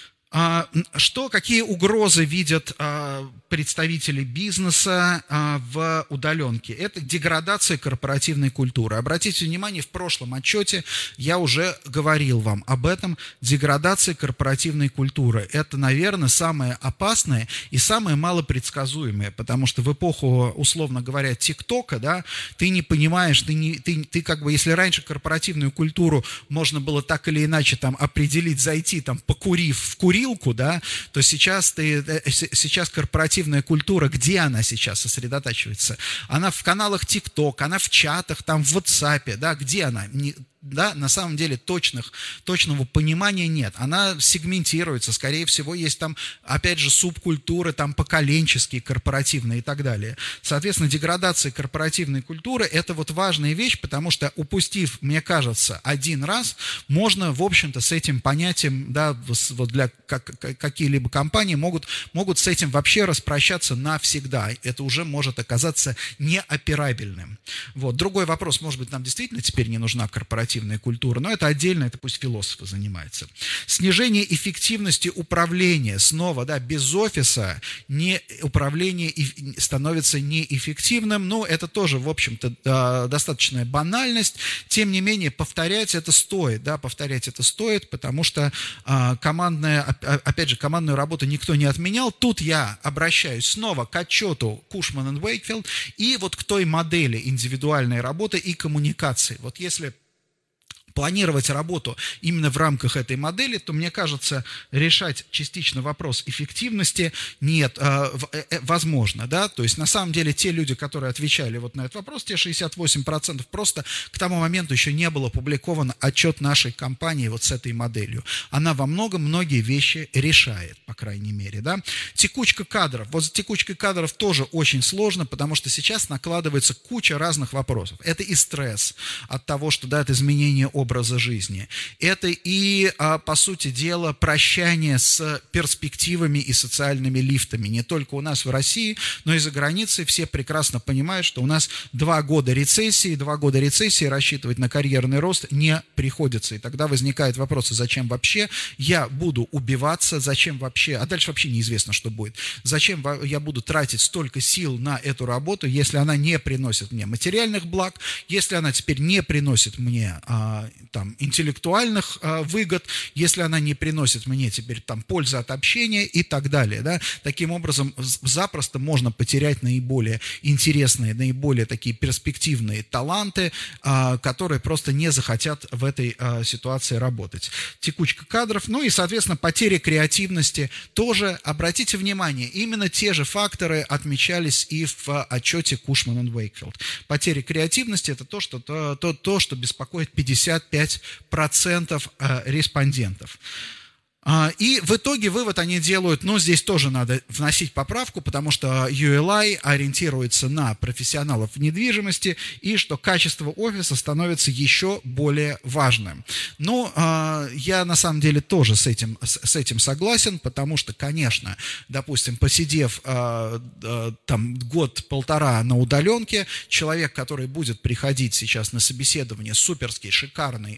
Какие угрозы видят представители бизнеса в удаленке? Это деградация корпоративной культуры. Обратите внимание, в прошлом отчете я уже говорил вам об этом. Деградация корпоративной культуры. Это, наверное, самое опасное и самое малопредсказуемое, потому что в эпоху, условно говоря, ТикТока, да, ты не понимаешь, ты как бы, если раньше корпоративную культуру можно было так или иначе там определить, зайти там покурив в курилку, да, то сейчас корпоративная культура, где она сейчас сосредотачивается? Она в каналах TikTok, она в чатах, там в WhatsApp, да, где она? Да, на самом деле точного понимания нет. Она сегментируется, скорее всего, есть там, опять же, субкультуры, там поколенческие, корпоративные и так далее. Соответственно, деградация корпоративной культуры – это вот важная вещь, потому что, упустив, мне кажется, один раз, можно, в общем-то, с этим понятием, да, вот для какие-либо компании могут с этим вообще распрощаться навсегда. Это уже может оказаться неоперабельным. Вот. Другой вопрос, может быть, нам действительно теперь не нужна корпоративная культура, но это отдельно, это пусть философы занимаются. Снижение эффективности управления. Снова, да, без офиса управление становится неэффективным. Ну, это тоже, в общем-то, достаточная банальность. Тем не менее, повторять это стоит, потому что командную работу никто не отменял. Тут я обращаюсь снова к отчету Cushman & Wakefield и вот к той модели индивидуальной работы и коммуникации. Вот если планировать работу именно в рамках этой модели, то, мне кажется, решать частично вопрос эффективности возможно, да, то есть на самом деле те люди, которые отвечали вот на этот вопрос, те 68%, просто к тому моменту еще не был опубликован отчет нашей компании вот с этой моделью. Она во многом многие вещи решает, по крайней мере, да. Текучка кадров. Вот с текучкой кадров тоже очень сложно, потому что сейчас накладывается куча разных вопросов. Это и стресс от того, что, да, от изменения образа жизни. Это и, по сути дела, прощание с перспективами и социальными лифтами. Не только у нас в России, но и за границей. Все прекрасно понимают, что у нас 2 года рецессии, рассчитывать на карьерный рост не приходится. И тогда возникает вопрос, зачем вообще я буду убиваться, зачем вообще, а дальше вообще неизвестно, что будет. Зачем я буду тратить столько сил на эту работу, если она не приносит мне материальных благ, если она теперь не приносит мне интеллектуальных выгод, если она не приносит мне теперь пользы от общения и так далее. Да? Таким образом, запросто можно потерять наиболее интересные, наиболее такие перспективные таланты, которые просто не захотят в этой ситуации работать. Текучка кадров, ну и, соответственно, потеря креативности тоже. Обратите внимание, именно те же факторы отмечались и в отчете Cushman & Wakefield. Потеря креативности – это то, что беспокоит 55% респондентов. И в итоге вывод они делают, здесь тоже надо вносить поправку, потому что ULI ориентируется на профессионалов в недвижимости, и что качество офиса становится еще более важным. Я на самом деле тоже с этим согласен, потому что, конечно, допустим, посидев год-полтора на удаленке, человек, который будет приходить сейчас на собеседование, суперский, шикарный,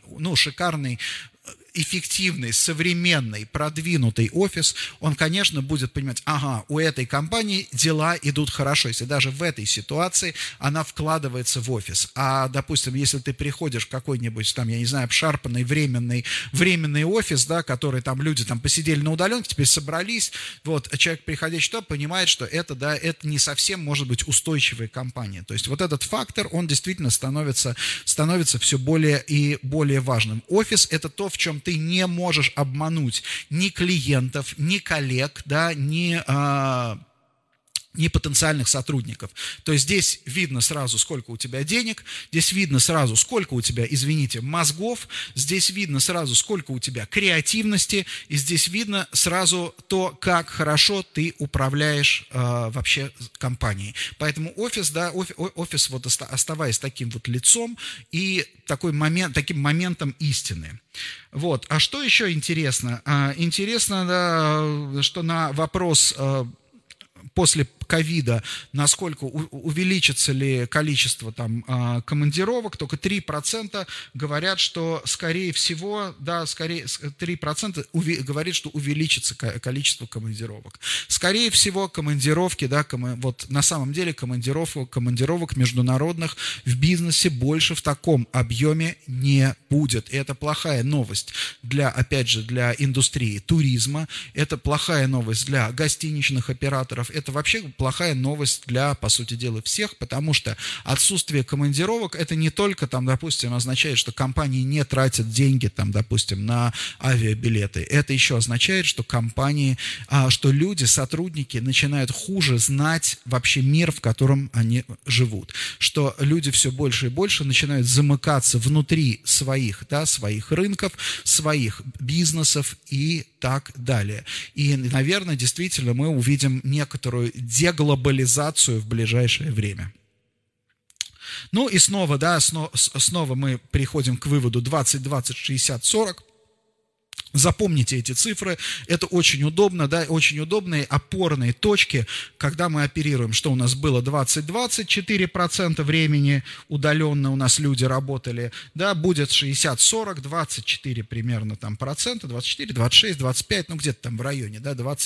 эффективный, современный, продвинутый офис, он, конечно, будет понимать, у этой компании дела идут хорошо, если даже в этой ситуации она вкладывается в офис. А, допустим, если ты приходишь в какой-нибудь, обшарпанный временный офис, да, который люди посидели на удаленке, теперь собрались, человек, приходящий туда, понимает, что это не совсем может быть устойчивая компания. То есть этот фактор, он действительно становится все более и более важным. Офис – это то, в чем ты не можешь обмануть ни клиентов, ни коллег, да, ни потенциальных сотрудников. То есть здесь видно сразу, сколько у тебя денег, здесь видно сразу, сколько у тебя, мозгов, здесь видно сразу, сколько у тебя креативности, и здесь видно сразу то, как хорошо ты управляешь вообще компанией. Поэтому офис, оставаясь таким лицом и таким моментом истины. А что еще интересно? Интересно, что на вопрос после ковида, насколько увеличится ли количество командировок, только 3% говорят, что скорее всего, 3% говорит, что увеличится количество командировок. Скорее всего, командировки, на самом деле командировок международных в бизнесе больше в таком объеме не будет. И это плохая новость для индустрии туризма, это плохая новость для гостиничных операторов, это вообще плохая новость для, по сути дела, всех, потому что отсутствие командировок, это не только, допустим, означает, что компании не тратят деньги, допустим, на авиабилеты. Это еще означает, что что люди, сотрудники начинают хуже знать вообще мир, в котором они живут. Что люди все больше и больше начинают замыкаться внутри своих рынков, своих бизнесов и так далее. И, наверное, действительно мы увидим некоторую деглобализацию в ближайшее время. И снова мы приходим к выводу 20, 20, 60, 40. Запомните эти цифры, это очень удобно, очень удобные опорные точки, когда мы оперируем, что у нас было 20-24% времени удаленно у нас люди работали, будет 60-40, 24 примерно процента, 24, 26, 25, где-то в районе,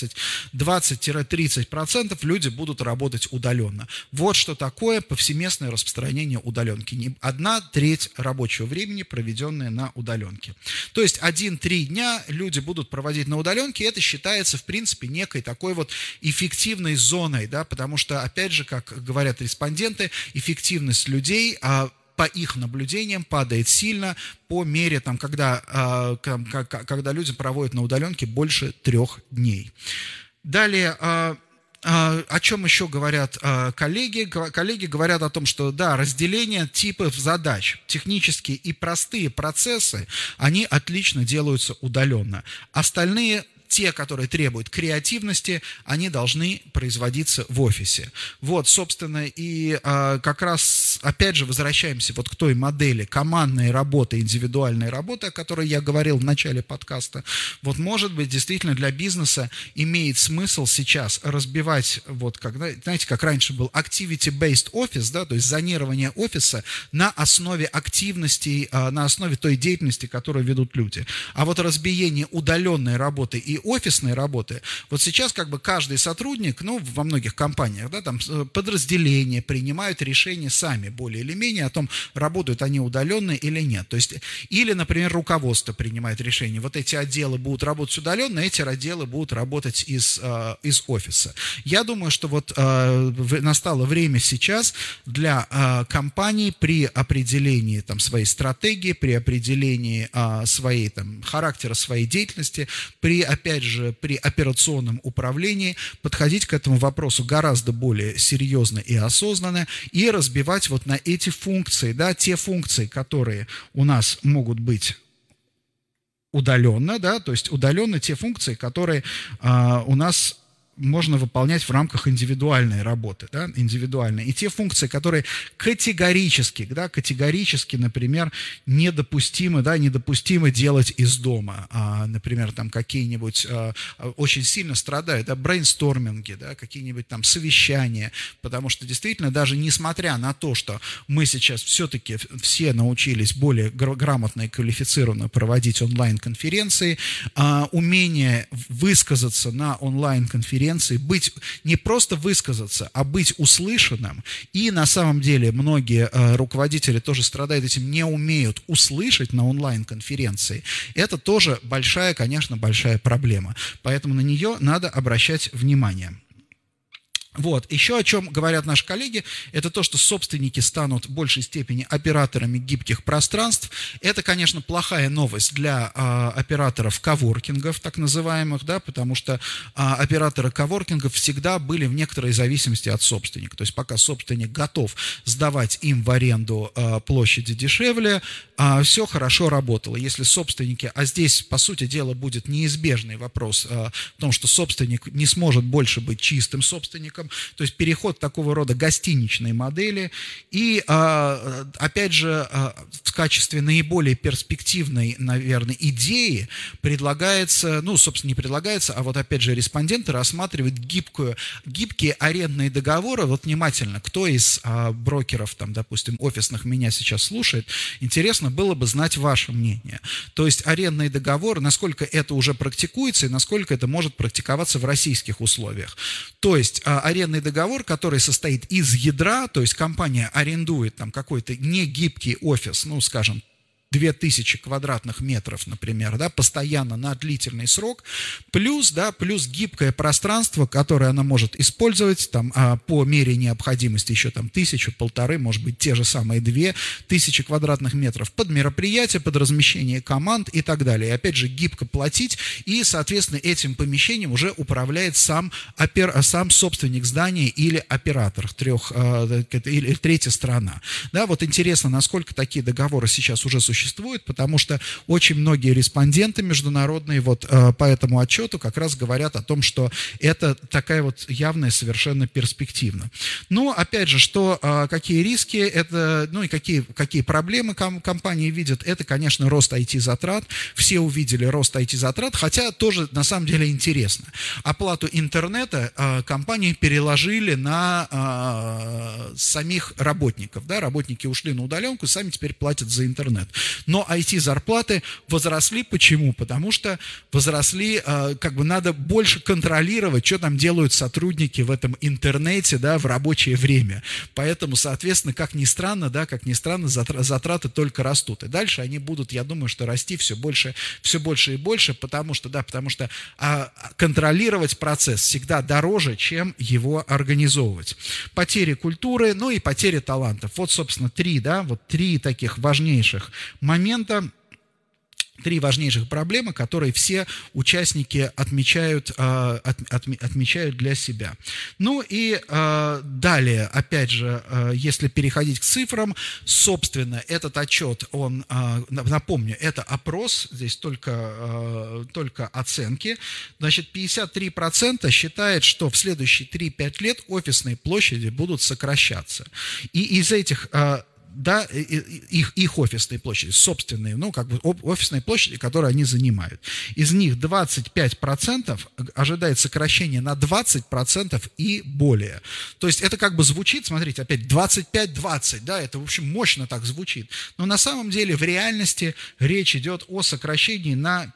20-30% люди будут работать удаленно. Вот что такое повсеместное распространение удаленки. 1/3 рабочего времени, проведенное на удаленке. То есть 1-3 дня люди будут проводить на удаленке, и это считается, в принципе, некой такой эффективной зоной, потому что, опять же, как говорят респонденты, эффективность людей по их наблюдениям падает сильно по мере, когда люди проводят на удаленке больше 3 дней. Далее, о чем еще говорят коллеги? Коллеги говорят о том, что разделение типов задач, технические и простые процессы, они отлично делаются удаленно. Остальные
те, которые требуют креативности, они должны производиться в офисе. Вот, собственно, и как раз, опять же, возвращаемся вот к той модели командной работы, индивидуальной работы, о которой я говорил в начале подкаста. Вот, может быть, действительно для бизнеса имеет смысл сейчас разбивать, вот, когда, знаете, как раньше был activity-based office, да, то есть зонирование офиса на основе активностей, на основе той деятельности, которую ведут люди. А вот разбиение удаленной работы и офисной работы, вот сейчас как бы каждый сотрудник, ну, во многих компаниях, да, там подразделения принимают решения сами, более или менее, о том, работают они удаленно или нет. То есть, или, например, руководство принимает решение, вот эти отделы будут работать удаленно, эти отделы будут работать из офиса. Я думаю, что вот настало время сейчас для компаний при определении там своей стратегии, при определении своей там характера своей деятельности, опять же, при операционном управлении подходить к этому вопросу гораздо более серьезно и осознанно и разбивать вот на эти функции, да, те функции, которые у нас могут быть удаленно, да, то есть удаленно те функции, которые у нас можно выполнять в рамках индивидуальной работы, да, индивидуальной. И те функции, которые категорически, например, недопустимо делать из дома. Например, там какие-нибудь очень сильно страдают, да, брейнсторминги, да, какие-нибудь там совещания, потому что действительно, даже несмотря на то, что мы сейчас все-таки все научились более грамотно и квалифицированно проводить онлайн-конференции, умение высказаться на онлайн-конференции, не просто высказаться, а быть услышанным. И на самом деле многие руководители тоже страдают этим, не умеют услышать на онлайн-конференции. Это тоже большая проблема. Поэтому на нее надо обращать внимание. Вот. Еще о чем говорят наши коллеги, это то, что собственники станут в большей степени операторами гибких пространств. Это, конечно, плохая новость для операторов коворкингов, так называемых, да, потому что операторы коворкингов всегда были в некоторой зависимости от собственника. То есть пока собственник готов сдавать им в аренду площади дешевле, все хорошо работало. Если собственники, а здесь, по сути дела, будет неизбежный вопрос в том, что собственник не сможет больше быть чистым собственником, то есть переход такого рода гостиничной модели. И, опять же, в качестве наиболее перспективной, наверное, идеи предлагается, ну, собственно, не предлагается, а вот, опять же, респонденты рассматривают гибкие арендные договоры. Вот внимательно, кто из брокеров, там, допустим, офисных меня сейчас слушает, интересно было бы знать ваше мнение. То есть арендный договор, насколько это уже практикуется и насколько это может практиковаться в российских условиях. То есть арендный договор, который состоит из ядра, то есть компания арендует там какой-то негибкий офис, ну, скажем, 2000 квадратных метров, например, да, постоянно на длительный срок, плюс гибкое пространство, которое она может использовать там, по мере необходимости еще там 1000, 1500, может быть, те же самые 2000 квадратных метров под мероприятие, под размещение команд и так далее. И опять же, гибко платить, и, соответственно, этим помещением уже управляет сам собственник здания или оператор, или третья сторона. Да, вот интересно, насколько такие договоры сейчас уже существуют, потому что очень многие респонденты международные вот по этому отчету как раз говорят о том, что это такая вот явная совершенно перспективна. Но, опять же, какие риски, это, ну и какие проблемы компании видят, это, конечно, рост IT-затрат. Все увидели рост IT-затрат, хотя тоже, на самом деле, интересно. Оплату интернета компании переложили на самих работников. Да? Работники ушли на удаленку, сами теперь платят за интернет. Но IT-зарплаты возросли. Почему? Потому что возросли, надо больше контролировать, что там делают сотрудники в этом интернете, да, в рабочее время. Поэтому, соответственно, как ни странно, затраты только растут. И дальше они будут, я думаю, что расти все больше и больше, потому что контролировать процесс всегда дороже, чем его организовывать. Потери культуры, ну и потери талантов. Вот, собственно, три таких важнейших момента. три важнейших проблемы, которые все участники отмечают для себя. Ну и далее, опять же, если переходить к цифрам, собственно, этот отчет, он, напомню, это опрос, здесь только оценки. Значит, 53% считает, что в следующие 3-5 лет офисные площади будут сокращаться. И из этих... Да, их офисные площади, собственные, офисные площади, которые они занимают. Из них 25% ожидает сокращение на 20% и более. То есть это звучит, смотрите, опять 25-20, да, это, в общем, мощно так звучит. Но на самом деле в реальности речь идет о сокращении на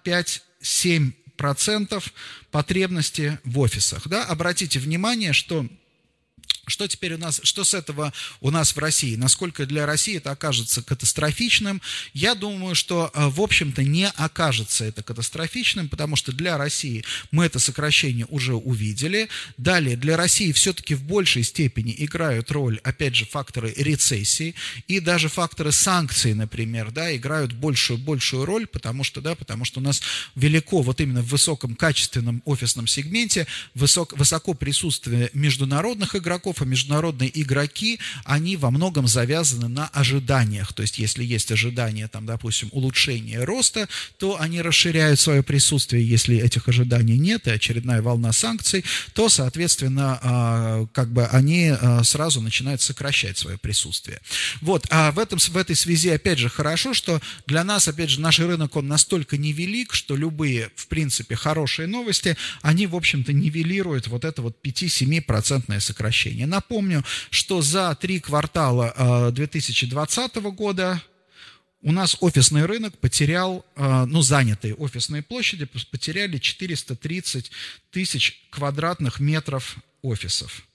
5-7% потребности в офисах. Да. Обратите внимание, что теперь что с этого у нас в России? Насколько для России это окажется катастрофичным? Я думаю, что, в общем-то, не окажется это катастрофичным, потому что для России мы это сокращение уже увидели. Далее, для России все-таки в большей степени играют роль, опять же, факторы рецессии и даже факторы санкций, например, да, играют большую роль, потому что у нас велико, вот именно в высоком качественном офисном сегменте, высоко присутствие международных игроков, а международные игроки, они во многом завязаны на ожиданиях. То есть, если есть ожидания, допустим, улучшения роста, то они расширяют свое присутствие. Если этих ожиданий нет, и очередная волна санкций, то, соответственно, они сразу начинают сокращать свое присутствие. Вот. А в этой связи, опять же, хорошо, что для нас, опять же, наш рынок, он настолько невелик, что любые, в принципе, хорошие новости, они, в общем-то, нивелируют вот это 5-7% сокращение. Напомню, что за 3 квартала 2020 года у нас офисный рынок потерял, занятые офисные площади потеряли 430 тысяч квадратных метров офисов.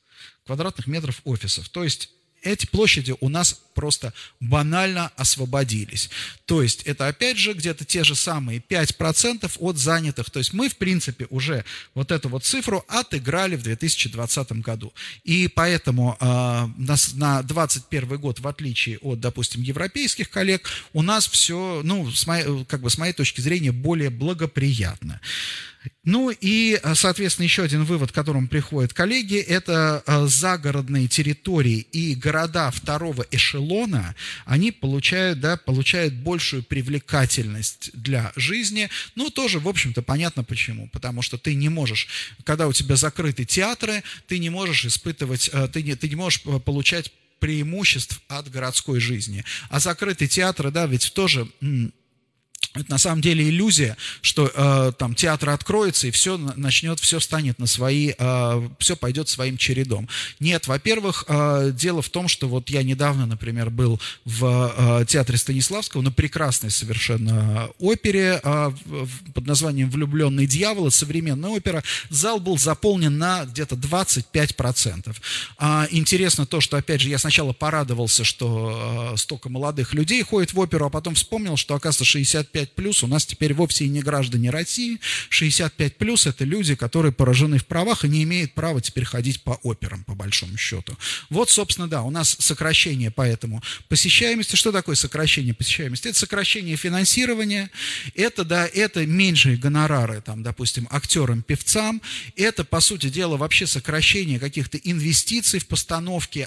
То есть эти площади у нас просто банально освободились. То есть это, опять же, где-то те же самые 5% от занятых. То есть мы, в принципе, уже вот эту цифру отыграли в 2020 году. И поэтому на 2021 год, в отличие от, допустим, европейских коллег, у нас все, с моей точки зрения, более благоприятно. Ну и, соответственно, еще один вывод, к которому приходят коллеги, это загородные территории и города второго эшелона, они получают большую привлекательность для жизни. Тоже, в общем-то, понятно почему. Потому что ты не можешь, когда у тебя закрыты театры, ты не можешь ты не можешь получать преимуществ от городской жизни. А закрытые театры, ведь тоже... Это на самом деле иллюзия, что театр откроется и все станет на свои, все пойдет своим чередом. Нет, во-первых, дело в том, что я недавно, например, был в театре Станиславского, на прекрасной совершенно опере под названием «Влюбленный дьявол», современная опера. Зал был заполнен на где-то 25%. Интересно то, что, опять же, я сначала порадовался, что столько молодых людей ходит в оперу, а потом вспомнил, что, оказывается, 65 плюс у нас теперь вовсе и не граждане России. 65 плюс это люди, которые поражены в правах и не имеют права теперь ходить по операм, по большому счету. Вот, собственно, у нас сокращение поэтому посещаемости. Что такое сокращение посещаемости? Это сокращение финансирования, это меньшие гонорары, допустим, актерам, певцам. Это, по сути дела, вообще сокращение каких-то инвестиций в постановки,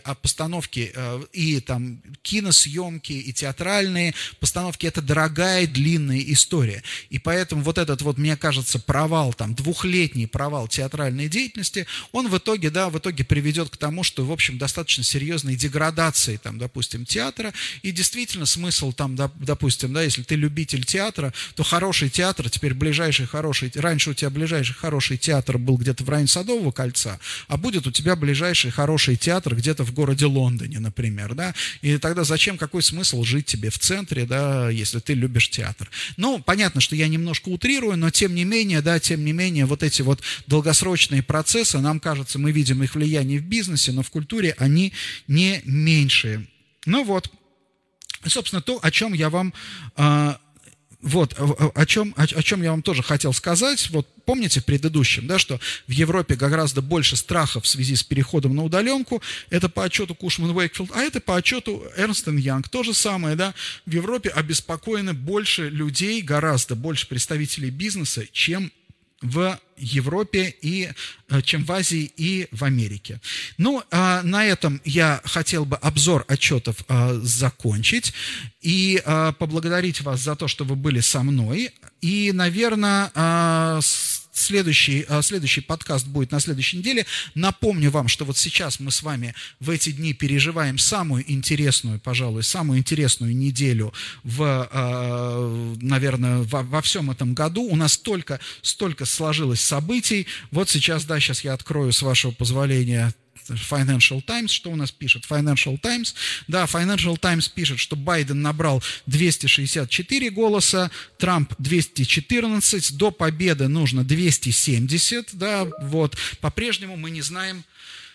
и киносъемки, и театральные постановки. Это дорогая, длинная история. И поэтому мне кажется, провал, двухлетний провал театральной деятельности, он в итоге приведет к тому, что, в общем, достаточно серьезной деградации, допустим, театра. И действительно смысл, допустим, если ты любитель театра, то хороший театр, теперь раньше у тебя ближайший хороший театр был где-то в районе Садового кольца, а будет у тебя ближайший хороший театр где-то в городе Лондоне, например, да, и тогда какой смысл жить тебе в центре, если ты любишь театр? Понятно, что я немножко утрирую, но тем не менее, вот эти долгосрочные процессы, нам кажется, мы видим их влияние в бизнесе, но в культуре они не меньшие. Собственно, то, о чем я вам Вот, о чем я вам тоже хотел сказать. Вот помните в предыдущем, да, что в Европе гораздо больше страха в связи с переходом на удаленку. Это по отчету Cushman Wakefield, а это по отчету Ernst & Young. То же самое, да. В Европе обеспокоены больше людей, гораздо больше представителей бизнеса, чем в Европе, и чем в Азии и в Америке. Ну, на этом я хотел бы обзор отчетов закончить и поблагодарить вас за то, что вы были со мной. И, наверное, следующий подкаст будет на следующей неделе. Напомню вам, что вот сейчас мы с вами в эти дни переживаем самую интересную, пожалуй, самую интересную неделю наверное, во всем этом году. У нас столько сложилось событий. Вот сейчас я открою, с вашего позволения, Financial Times, что у нас пишет? Financial Times. Да, Financial Times пишет, что Байден набрал 264 голоса, Трамп 214, до победы нужно 270, да, вот. По-прежнему мы не знаем,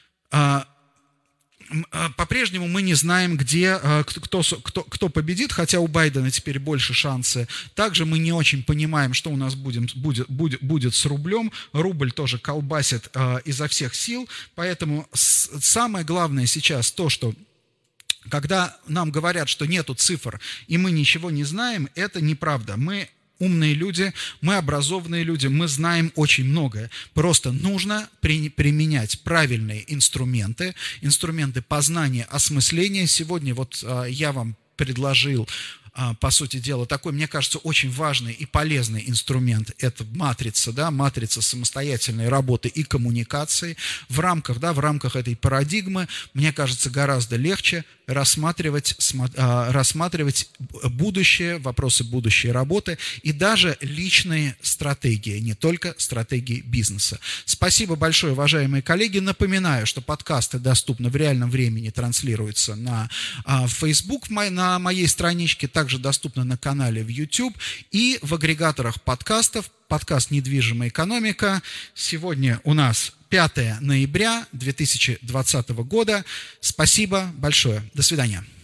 где, кто победит, хотя у Байдена теперь больше шансы. Также мы не очень понимаем, что у нас будет с рублем. Рубль тоже колбасит изо всех сил. Поэтому самое главное сейчас то, что когда нам говорят, что нету цифр и мы ничего не знаем, это неправда. Мы умные люди, мы образованные люди, мы знаем очень многое. Просто нужно применять правильные инструменты познания, осмысления. Сегодня вот я вам предложил, по сути дела, такой, мне кажется, очень важный и полезный инструмент. Это матрица, да, матрица самостоятельной работы и коммуникации. В рамках этой парадигмы, мне кажется, гораздо легче рассматривать будущее, вопросы будущей работы и даже личные стратегии, не только стратегии бизнеса. Спасибо большое, уважаемые коллеги. Напоминаю, что подкасты доступны в реальном времени, транслируются на Facebook, на моей страничке, также доступны на канале в YouTube и в агрегаторах подкастов. Подкаст «Недвижимая экономика». Сегодня у нас 5 ноября 2020 года. Спасибо большое. До свидания.